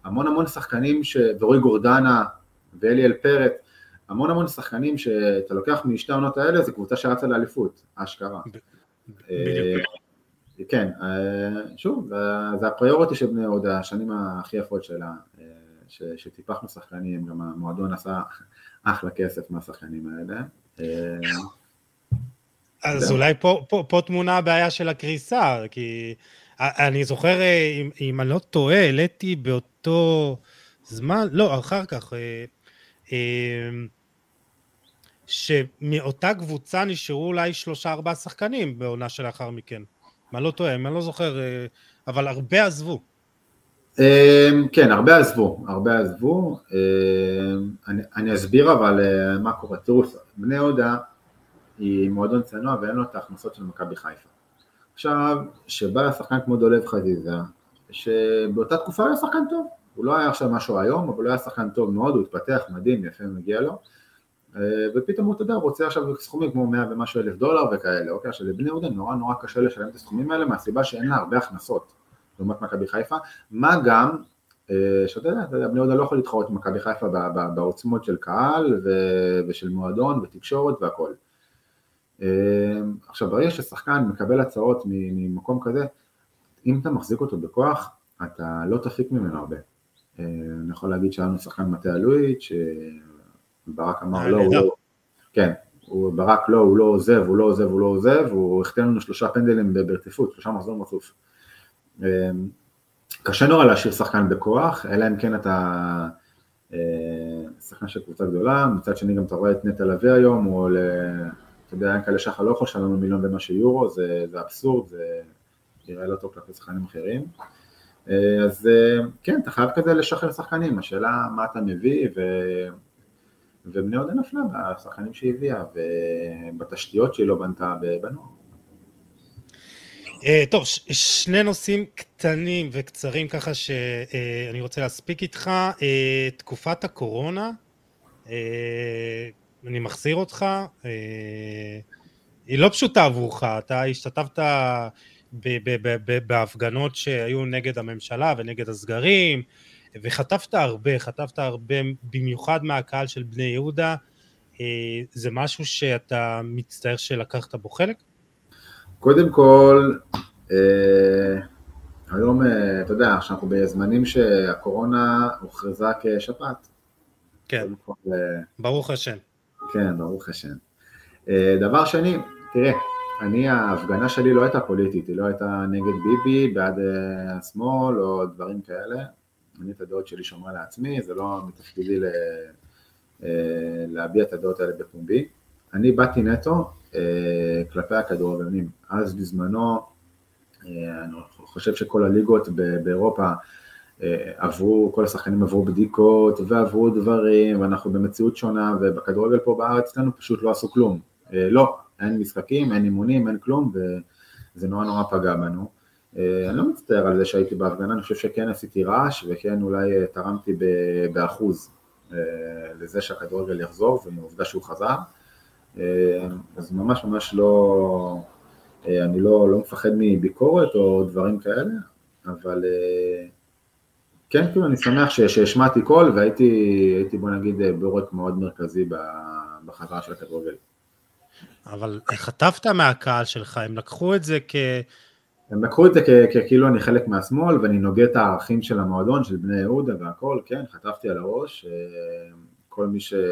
המון שחקנים, ורוי גורדנה ואליאל פרט, המון שחקנים שאתה לוקח משתי העונות האלה, זה קבוצה שרצה לאליפות, אשכרה. בדיוק. כן, שוב, זה הפריוריטי של בני יהודה, השנים הכי יפות שלה, שטיפחנו שחקנים, גם המועדון עשה אחלה כסף מהשחקנים האלה. אז אולי פה תמונה הבעיה של הקריסה, כי אני זוכר, אם אני לא טועה, העליתי באותו זמן, לא, אחר כך, שמאותה קבוצה נשארו אולי 3-4 שחקנים בעונה שלאחר מכן. מה לא טועה, אני לא זוכר, אבל הרבה עזבו. כן, הרבה עזבו. אני אסביר אבל מה קורה. תראו, בני יהודה היא מועדון צנוע ואין לו את ההכנסות של מכבי חיפה. עכשיו, שבא לשחקן כמו דולב חזיזה, שבאותה תקופה היה שחקן טוב, הוא לא היה עכשיו משהו היום, אבל הוא היה שחקן טוב מאוד, הוא התפתח מדהים, יפה מגיע לו, ופתאום הוא תדע, רוצה עכשיו סכומים כמו 100 ומשהו $1,000 וכאלה, אוקיי, עכשיו לבני יהודה נורא קשה לשלם את הסכומים האלה, מהסיבה שאין לה הרבה הכנסות, לעומת מכבי חיפה, מה גם, שאתה יודע, בני יהודה לא יכול להתחרות עם מכבי חיפה בעוצמות של קהל ושל מועדון ותקשורת והכל. עכשיו, ברגע ששחקן מקבל הצעות ממקום כזה, אם אתה מחזיק אותו בכוח, אתה לא תפיק ממנו הרבה. אני יכול להגיד שהיה לנו שחקן מטה אלוהית, שברק אמר לא, הוא לא, כן, ברק לא, הוא לא עוזב, הוא החתן לנו 3 פנדלים ברציפות, 3 מחזורים רצוף. קשה נורא להשאיר שחקן בכוח, אלא אם כן אתה שחקן של קבוצה גדולה, מצד שני גם אתה רואה את נטע לביא היום, או אתה יודע, אין כאלה שחר לא יכול שלנו $1,000,000 ומשהו יורו, זה אבסורד, זה יראה לא טוב כלפי שחקנים אחרים. אז כן, אתה חייב כזה לשחרר שחקנים, השאלה מה אתה מביא, ובני יהודה נפלה בשחקנים שהביאה, ובתשתיות שהיא לא בנתה בנוער. טוב, 2 נושאים קטנים וקצרים ככה שאני רוצה להספיק איתך. תקופת הקורונה, אני מחזיר אותך, היא לא פשוטה עבורך, אתה השתתפת בהפגנות שהיו נגד הממשלה ונגד הסגרים, וחטפת הרבה, במיוחד מהקהל של בני יהודה. זה משהו שאתה מצטער שלקחת בו חלק? קודם כל, היום, אתה יודע, שאנחנו בזמנים שהקורונה הוכרזה כשפעת. כן, ברוך השם. כן, ברוך השם. דבר שני, תראה, ההפגנה שלי לא הייתה פוליטית, היא לא הייתה נגד ביבי, בעד השמאל או דברים כאלה. אני את הדעות שלי שומר לעצמי, זה לא מתפקידי להביע את הדעות האלה בפומבי. אני באתי נטו כלפי הכדורגלנים. אז בזמנו, אני חושב שכל הליגות באירופה עברו, כל השחקנים עברו בדיקות ועברו דברים, ואנחנו במציאות שונה, ובכדורגל פה בארץ לנו פשוט לא עשו כלום. לא, אין משחקים, אין אימונים, אין כלום, וזה נורא פגע בנו. אני לא מצטער על זה שהייתי בהפגנה, אני חושב שכן עשיתי רעש, וכן אולי תרמתי באחוז לזה שהכדורגל יחזור, ומעובדה שהוא חזר. אז ממש לא, אני לא מפחד מביקורת או דברים כאלה, אבל כן, כאילו אני שמח שהשמעתי קול, והייתי בוא נגיד בורק מאוד מרכזי בחזרה של הכדורגל. אבל חטפת מהקהל שלך, הם לקחו את זה הם לקחו את זה כאילו אני חלק מהשמאל, ואני נוגע את הערכים של המועדון, של בני יהודה והכל, כן, חטפתי על הראש, כל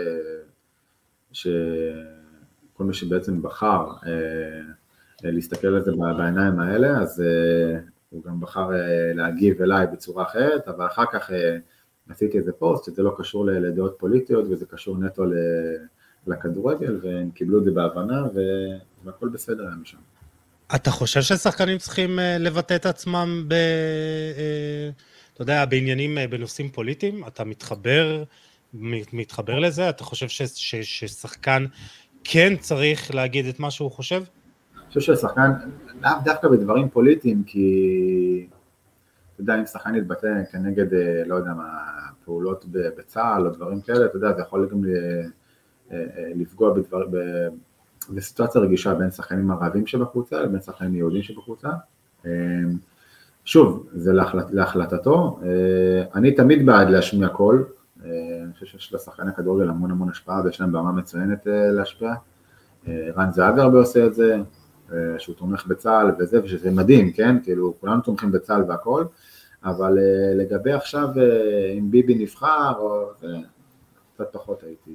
מי שבעצם בחר להסתכל על זה בעיניים האלה, אז הוא גם בחר להגיב אליי בצורה אחרת, אבל אחר כך עשיתי איזה פוסט, שזה לא קשור לדעות פוליטיות, וזה קשור נטו לכדורגל, והם קיבלו את זה בהבנה, והכל בסדר היה משם. אתה חושב ששחקנים צריכים לבטא את עצמם אתה יודע, בעניינים, בנושאים פוליטיים? אתה מתחבר לזה? אתה חושב ששחקן כן צריך להגיד את מה שהוא חושב? אני חושב ששחקן, לאו דווקא בדברים פוליטיים, כי אתה יודע, אם שחקן יתבטא כנגד, לא יודע מה, פעולות בצה"ל או דברים כאלה, אתה יודע, זה יכול גם לפגוע בסיטואציה רגישה בין שחקנים ערבים שבקבוצה לבין שחקנים יהודים שבקבוצה. שוב, זה להחלטתו, אני תמיד בעד להשמיע קול, אני חושב שיש לשחקני כדורגל המון השפעה, ויש להם במה מצוינת להשפיע, רן זהבי הרבה עושה את זה, שהוא תומך בצה"ל וזה, ושזה מדהים, כן, כאילו כולנו תומכים בצה"ל והכל, אבל לגבי עכשיו, אם ביבי נבחר, קצת פחות הייתי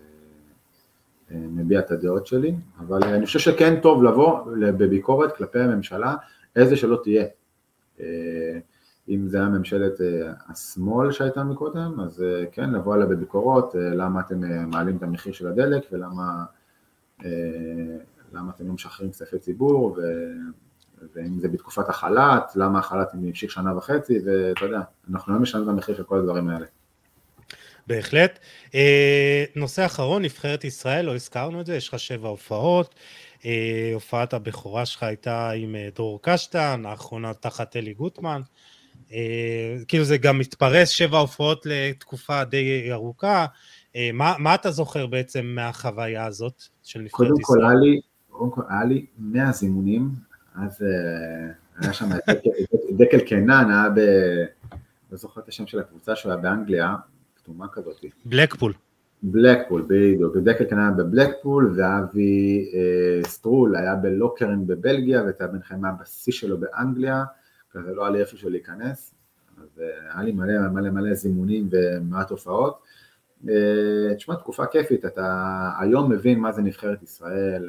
מביע את הדעות שלי, אבל אני חושב שכן טוב לבוא בביקורת כלפי הממשלה, איזה שלא תהיה. אם זה היה ממשלת השמאל שהייתה מקודם, אז כן, לבוא עליה בביקורות, למה אתם מעלים את המחיר של הדלק, ולמה אתם לא משחררים כספי ציבור, ואם זה בתקופת החל"ת, למה החל"ת ימשיך 1.5 שנה, ואתה יודע, אנחנו לא משלמים את המחיר של כל הדברים האלה. בהחלט. נושא אחרון, נבחרת ישראל, לא הזכרנו את זה, יש לך 7 הופעות, הופעת הבכורה שלך הייתה עם דרור קשטן, האחרונה תחת אלי גוטמן, כאילו זה גם מתפרס 7 הופעות לתקופה די ארוכה, מה אתה זוכר בעצם מהחוויה הזאת של נבחרת ישראל? קודם כל היה לי 100 זימונים, אז היה שם דקל קנן, היה לא זוכר את השם של הקבוצה שהוא היה באנגליה, כתומה כזאת. בלקפול, בדיוק, דקל קנן היה בבלקפול, ואבי סטרול היה בלוקרן בבלגיה, וטל בן חיים היה בשיא שלו באנגליה, כזה לא היה לי איפה שלו להיכנס, אז היה לי מלא זימונים ומעט הופעות. תשמע, תקופה כיפית, אתה היום מבין מה זה נבחרת ישראל,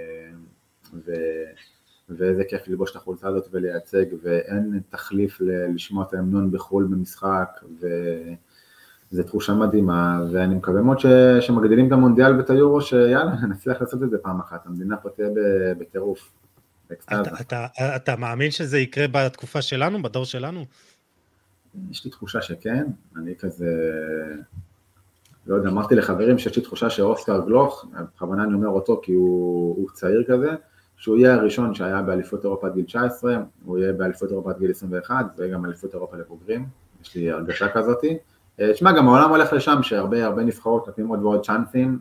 ואיזה כיף ללבוש את החולצה הזאת ולייצג, ואין תחליף לשמוע את ההמנון בחול במשחק, וזו תחושה מדהימה, ואני מקווה מאוד שמגדילים את המונדיאל ואת היורו, שיאללה, נצליח לעשות את זה פעם אחת, המדינה פה תהיה בטירוף. אתה מאמין שזה יקרה בתקופה שלנו, בדור שלנו? יש לי תחושה שכן, אני כזה, לא יודע, אמרתי לחברים שיש לי תחושה שאוסקר גלוך, בכוונה אני אומר אותו כי הוא צעיר כזה, שהוא יהיה הראשון שהיה באליפות אירופה עד גיל 19, הוא יהיה באליפות אירופה עד גיל 21, וגם אליפות אירופה לבוגרים, יש לי הרגשה כזאתי. תשמע, גם העולם הולך לשם, שהרבה נבחרות נותנים עוד ועוד צ'אנסים,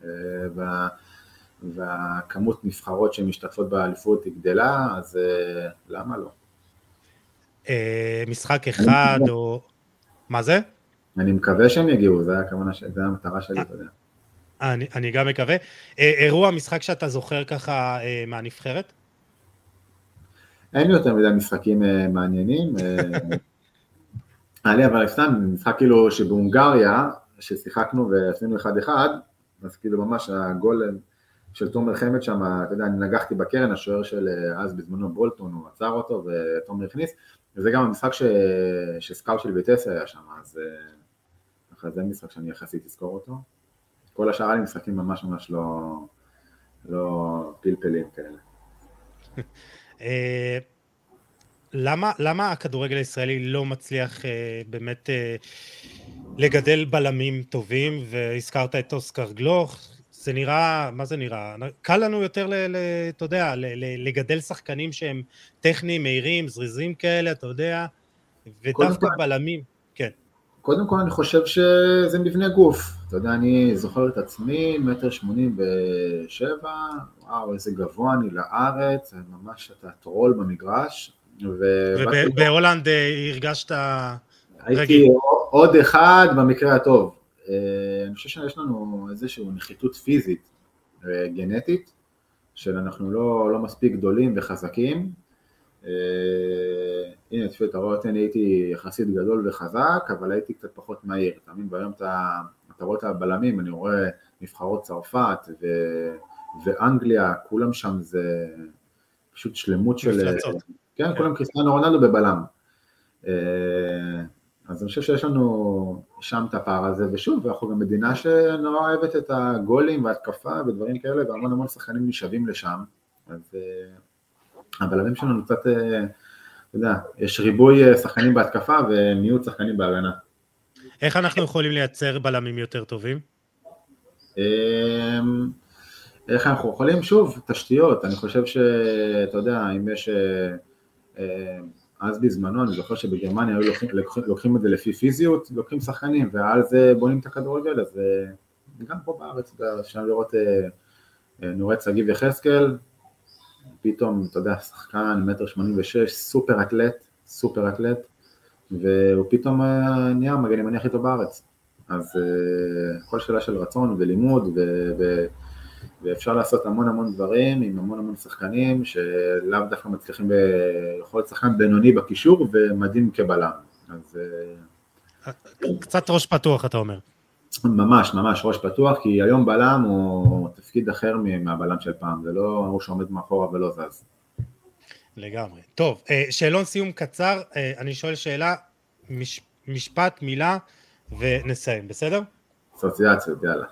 והכמות נבחרות שמשתתפות באליפות היא גדלה, אז למה לא? משחק אחד או... מה זה? אני מקווה שהם יגיעו, זה המטרה שלי, אתה יודע. אני גם מקווה. אירוע משחק שאתה זוכר ככה מהנבחרת? אין לי יותר מדי משחקים מעניינים. היה לי אבל סתם משחק כאילו שבהונגריה, ששיחקנו ועשינו 1-1, אז כאילו ממש הגול של תומר חמד שם, אתה יודע, אני נגחתי בקרן, השוער של אז בזמנו בולטון, הוא עצר אותו ותומר הכניס, וזה גם המשחק שסקאוט של ביטס היה שם, אז זה משחק שאני יחסית אזכור אותו. כל השאר היה לי משחקים ממש לא פלפלים כאלה. למה הכדורגל הישראלי לא מצליח באמת לגדל בלמים טובים, והזכרת את אוסקר גלוך, זה נראה, מה זה נראה? קל לנו יותר, אתה יודע, לגדל שחקנים שהם טכניים, מהירים, זריזים כאלה, אתה יודע, ודווקא בלמים, כן. קודם כל אני חושב שזה מבנה גוף, אתה יודע, אני זוכר את עצמי, 1.87 מטר, וואו, איזה גבוה אני לארץ, ממש אתה טרול במגרש, ובהולנד הרגשת רגיל. הייתי עוד אחד במקרה הטוב, אני חושב שיש לנו איזושהי נחיתות פיזית גנטית, שאנחנו לא מספיק גדולים וחזקים, הנה, אתה רואה אותי, אני הייתי יחסית גדול וחזק, אבל הייתי קצת פחות מהיר, תאמין, והיום אתה רואה את הבלמים, אני רואה נבחרות צרפת ואנגליה, כולם שם זה פשוט שלמות של... כן, כולם קריסטיאנו רונלדו בבלם. אז אני חושב שיש לנו שם את הפער הזה, ושוב, אנחנו גם מדינה שנורא אוהבת את הגולים והתקפה ודברים כאלה, והמון שחקנים נשאבים לשם, אז הבלמים שלנו קצת, אתה יודע, יש ריבוי שחקנים בהתקפה ומיעוט שחקנים בהגנה. איך אנחנו יכולים לייצר בלמים יותר טובים? איך אנחנו יכולים? שוב, תשתיות, אני חושב שאתה יודע, אם יש... אז בזמנו, אני זוכר שבגרמניה היו לוקחים את זה לפי פיזיות, לוקחים שחקנים, ועל זה בונים את הכדורגל, אז גם פה בארץ, אפשר לראות נורית סגיב יחזקאל, פתאום, אתה יודע, שחקן 1.86 מטר, סופר אתלט, סופר אתלט, והוא פתאום נהיה מגן ימני הכי טוב בארץ. אז כל שאלה של רצון ולימוד, ואפשר לעשות המון דברים עם המון שחקנים, שלאו דווקא מצליחים יכול להיות שחקן בינוני בקישור, ומדהים כבלם. אז קצת ראש פתוח, אתה אומר. ממש ראש פתוח, כי היום בלם הוא תפקיד אחר מהבלם של פעם, זה לא הוא שעומד מאחורה ולא זז. לגמרי. טוב, שאלון סיום קצר, אני שואל שאלה, משפט, מילה, ונסיים, בסדר? אסוציאציות, יאללה.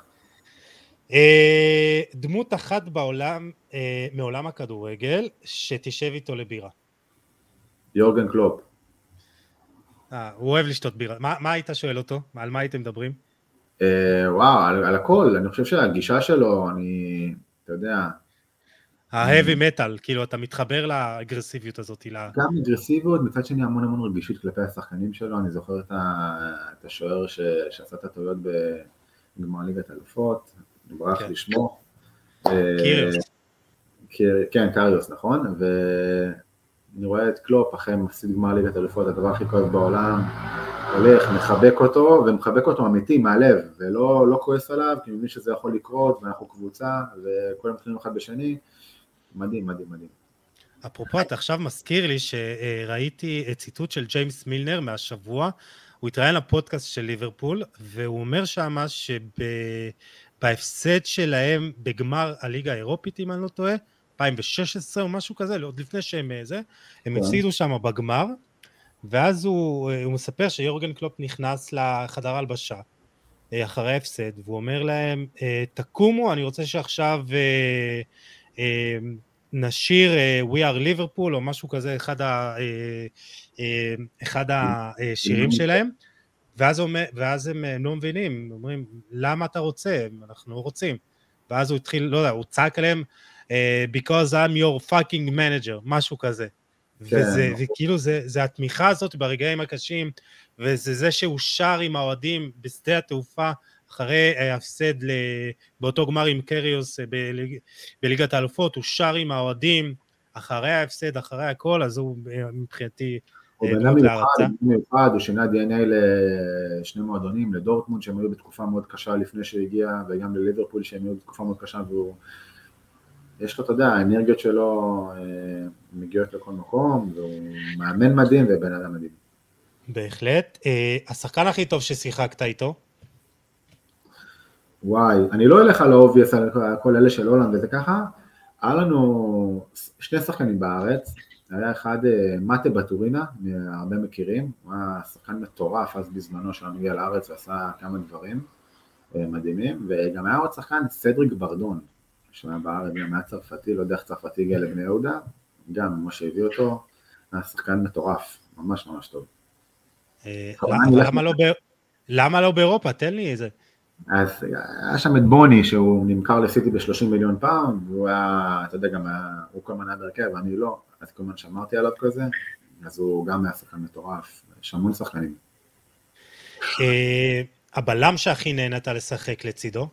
דמות אחת בעולם, מעולם הכדורגל, שתשב איתו לבירה. יורגן קלופ. הוא אוהב לשתות בירה. מה היית שואל אותו? על מה הייתם מדברים? וואו, על הכל. אני חושב שהגישה שלו, אתה יודע... ההאבי מטל, כאילו אתה מתחבר לאגרסיביות הזאת. גם אגרסיביות, מצד שני המון רגישות כלפי השחקנים שלו. אני זוכר את השוער שעשה את הטעויות בגמר ליגת האלופות, ברח לשמו. קיריוס. כן, קריוס, נכון. ואני רואה את קלופ אחרי מפסיד גמר ליגת האלופות, הדבר הכי כואב בעולם, הולך, מחבק אותו, ומחבק אותו אמיתי מהלב, ולא כועס עליו, כי מבין שזה יכול לקרות, ואנחנו קבוצה, וכולם מתחילים אחד בשני. מדהים. אפרופו, אתה עכשיו מזכיר לי שראיתי ציטוט של ג'יימס מילנר מהשבוע, הוא התראיין לפודקאסט של ליברפול, והוא אומר שמה שבהפסד שלהם בגמר הליגה האירופית, אם אני לא טועה, 2016 או משהו כזה, עוד לפני שהם הם הפסידו שם בגמר, ואז הוא מספר שיורגן קלופ נכנס לחדר הלבשה, אחרי ההפסד, והוא אומר להם, תקומו, אני רוצה שעכשיו... נשיר We are Liverpool או משהו כזה, אחד השירים שלהם, ואז הם לא מבינים, אומרים, למה אתה רוצה? אנחנו רוצים. ואז הוא התחיל, לא יודע, הוא צעק עליהם, because I'm your fucking manager, משהו כזה. וכאילו זה התמיכה הזאת ברגעים הקשים, וזה זה שהוא שר עם האוהדים בשדה התעופה, אחרי ההפסד באותו גמר עם קריוס בליגת האלופות, הוא שר עם האוהדים, אחרי ההפסד, אחרי הכל, אז הוא מבחינתי דמות להרצה. הוא שינה DNA לשני מועדונים, לדורטמונד שהם היו בתקופה מאוד קשה לפני שהגיע, וגם לליברפול שהם היו בתקופה מאוד קשה, יש לו, אתה יודע, האנרגיות שלו מגיעות לכל מקום, והוא מאמן מדהים ובן אדם מדהים. בהחלט. השחקן הכי טוב ששיחקת איתו? וואי, אני לא אלך על האובייס, על כל אלה של הולנד וזה ככה, היה לנו שני שחקנים בארץ, היה אחד מטה בטורינה, הרבה מכירים, הוא היה שחקן מטורף אז בזמנו שלנו הגיע לארץ ועשה כמה דברים מדהימים, וגם היה עוד שחקן סדריק ברדון, שהוא היה בארץ, גם היה צרפתי, לא יודע איך צרפתי הגיע לבני יהודה, גם מה שהביא אותו, היה שחקן מטורף, ממש טוב. למה לא באירופה? תן לי איזה. אז היה שם את בוני שהוא נמכר לסיטי ב-30 מיליון פאונד, והוא היה, אתה יודע, גם הוא כל מנה בהרכב, ואני לא, אז כל מנה שמרתי עליו כזה, אז הוא גם היה שחקן מטורף, יש המון שחקנים. הבלם שהכי נהנית לשחק לצידו?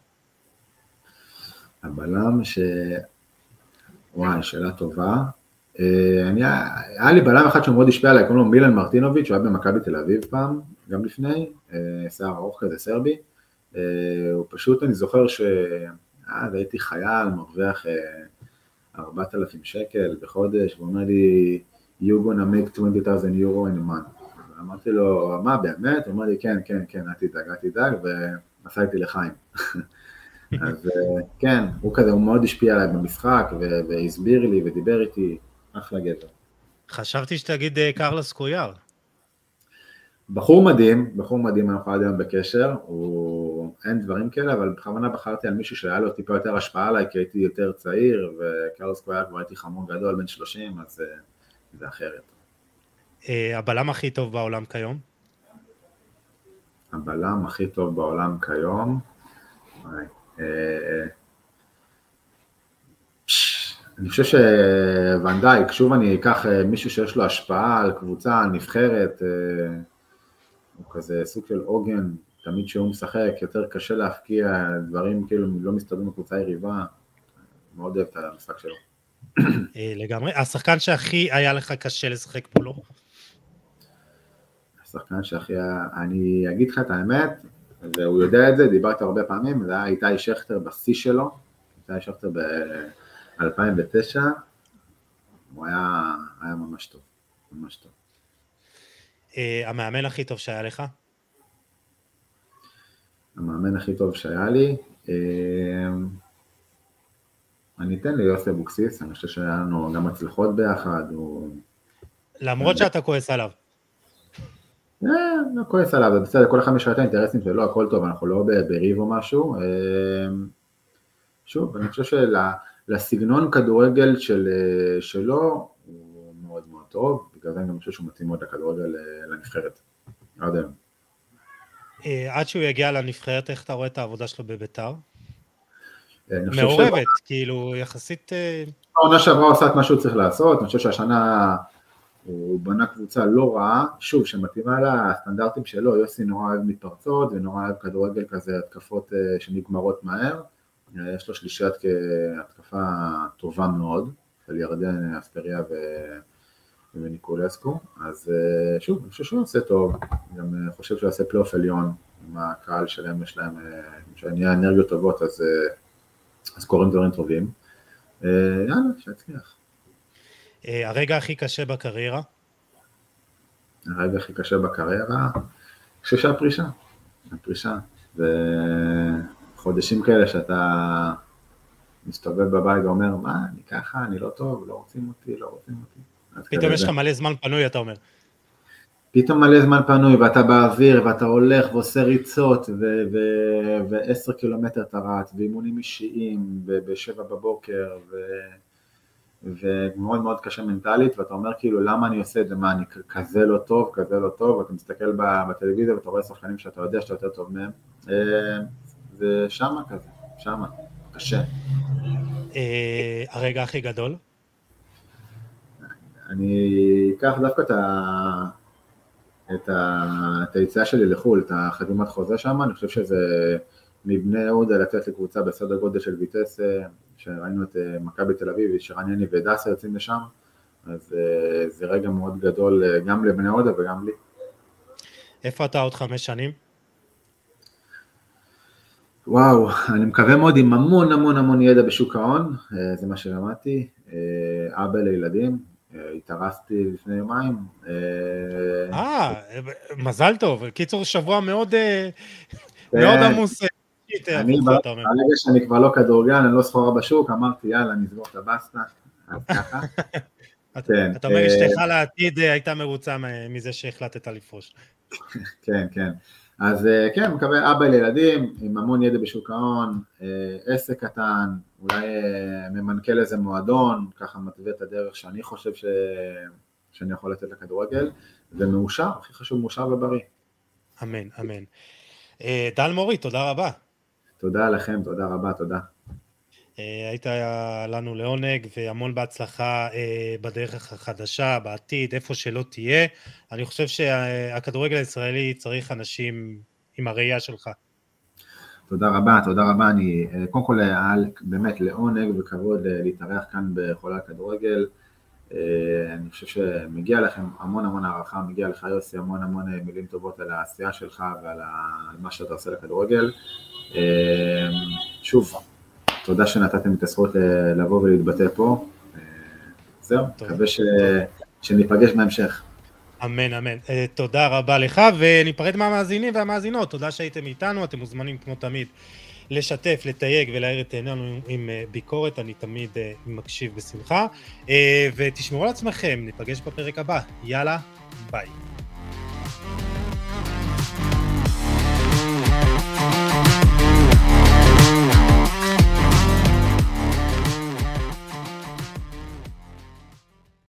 הבלם וואי, שאלה טובה. היה לי בלם אחד שהוא מאוד השפיע עליי, קוראים לו מילן מרטינוביץ', הוא היה במכבי תל אביב פעם, גם לפני, שיער ארוך כזה סרבי, הוא פשוט, אני זוכר הייתי חייל, מרוויח 4,000 שקל בחודש, והוא אומר לי, you gonna make 20,000 euro in a month. אמרתי לו, מה באמת? הוא אומר לי, כן, אל תדאג, ועשה איתי לחיים. אז כן, הוא כזה, הוא מאוד השפיע עליי במשחק, והסביר לי ודיבר איתי, אחלה גבר. חשבתי שתגיד קרלוס קויאר. בחור מדהים, אנחנו עד היום בקשר, אין דברים כאלה, אבל בכוונה בחרתי על מישהו שהיה לו טיפה יותר השפעה עליי, כי הייתי יותר צעיר, וקרלוס קויאר כבר הייתי חמור גדול, בן 30, אז זה אחרת. הבלם הכי טוב בעולם כיום? הבלם הכי טוב בעולם כיום? אני חושב שוונדייק, שוב אני אקח מישהו שיש לו השפעה על קבוצה, על נבחרת, הוא כזה סוג של עוגן, תמיד שהוא משחק, יותר קשה להפקיע, דברים כאילו לא מסתדרים בקבוצה יריבה, מאוד אוהב את המשחק שלו. לגמרי, השחקן שהכי היה לך קשה לשחק מולו? שחקן שהכי, אני אגיד לך את האמת, והוא יודע את זה, דיברתי הרבה פעמים, זה היה איתי שכטר בשיא שלו, איתי שכטר ב-2009, הוא היה ממש טוב, ממש טוב. המאמן הכי טוב שהיה לך? המאמן הכי טוב שהיה לי, אני אתן לי יוסי אבוקסיס, אני חושב שהיה לנו גם הצלחות ביחד. למרות שאתה כועס עליו. לא כועס עליו, זה בסדר, כל אחד משרת האינטרסים שלו, הכל טוב, אנחנו לא בריב או משהו. שוב, אני חושב שלסגנון כדורגל שלו, הוא מאוד מאוד טוב, בגלל זה אני גם חושב שהוא מתאים מאוד לכדורגל לנבחרת. עד היום. עד שהוא יגיע לנבחרת, איך אתה רואה את העבודה שלו בביתר? מעורבת, כאילו יחסית... העונה שעברה עושה את מה שהוא צריך לעשות, אני חושב שהשנה הוא בנה קבוצה לא רעה, שוב, שמתאימה לה הסטנדרטים שלו, יוסי נורא אוהב מתפרצות, ונורא אוהב כדורגל כזה, התקפות שנגמרות מהר, יש לו שלישיית כהתקפה טובה מאוד, של ירדן, אספריה וניקולסקו, אז שוב, אני חושב שהוא עושה טוב, גם חושב שהוא עושה פלייאוף עליון, עם הקהל שלהם, יש להם, שנהיה אנרגיות טובות, אז קוראים דברים טובים. יאללה, שיצליח. הרגע הכי קשה בקריירה? הרגע הכי קשה בקריירה, אני חושב שהפרישה. הפרישה. זה חודשים כאלה שאתה מסתובב בבית ואומר, מה, אני ככה, אני לא טוב, לא רוצים אותי. פתאום יש לך מלא זמן פנוי, אתה אומר. פתאום מלא זמן פנוי, ואתה באוויר, ואתה הולך ועושה ריצות, ו10 קילומטר אתה רץ, ואימונים אישיים, ב7 בבוקר, ומאוד מאוד קשה מנטלית, ואתה אומר כאילו, למה אני עושה את זה? מה, אני כזה לא טוב, ואתה מסתכל בטלוויזיה, ואתה רואה שחקנים שאתה יודע שאתה יותר טוב מהם, זה שמה כזה, שמה, קשה. הרגע הכי גדול? אני אקח דווקא את היציאה שלי לחול, את החתימת חוזה שם, אני חושב שזה מבני יהודה לצאת לקבוצה בסדר גודל של ויטס, שראינו את מכבי תל אביב, שרן יני ודסה יוצאים לשם, אז זה רגע מאוד גדול גם לבני יהודה וגם לי. איפה אתה עוד 5 שנים? וואו, אני מקווה מאוד עם המון ידע בשוק ההון, זה מה שלמדתי, אבא לילדים, התארסתי לפני יומיים. מזל טוב, קיצור שבוע מאוד עמוס. ברגע שאני כבר לא כדורגל, אני לא סחורה בשוק, אמרתי יאללה נסגור את הבסטה, אז ככה. אתה אומר אשתך לעתיד הייתה מרוצה מזה שהחלטת לפרוש. כן. אז כן, מקווה אבא לילדים, עם המון ידע בשוק ההון, עסק קטן, אולי ממנכ"ל איזה מועדון, ככה מתווה את הדרך שאני חושב שאני יכול לתת לכדורגל, ומאושר, הכי חשוב מאושר ובריא. אמן. דל מורי, תודה רבה. תודה לכם, תודה רבה, תודה. היית לנו לעונג והמון בהצלחה בדרך החדשה, בעתיד, איפה שלא תהיה. אני חושב שהכדורגל הישראלי צריך אנשים עם הראייה שלך. תודה רבה, אני קודם כל באמת לעונג וכבוד להתארח כאן בחולה הכדורגל. אני חושב שמגיע לכם המון הערכה, מגיע לך יוסי המון מילים טובות על העשייה שלך ועל מה שאתה עושה לכדורגל. שוב, תודה שנתתם את הזכות לבוא ולהתבטא פה. זהו, מקווה שניפגש בהמשך. אמן. תודה רבה לך, וניפרד מהמאזינים והמאזינות. תודה שהייתם איתנו, אתם מוזמנים כמו תמיד לשתף, לתייג ולהאיר את עינינו עם ביקורת, אני תמיד מקשיב בשמחה. ותשמעו על עצמכם, ניפגש בפרק הבא. יאללה, ביי.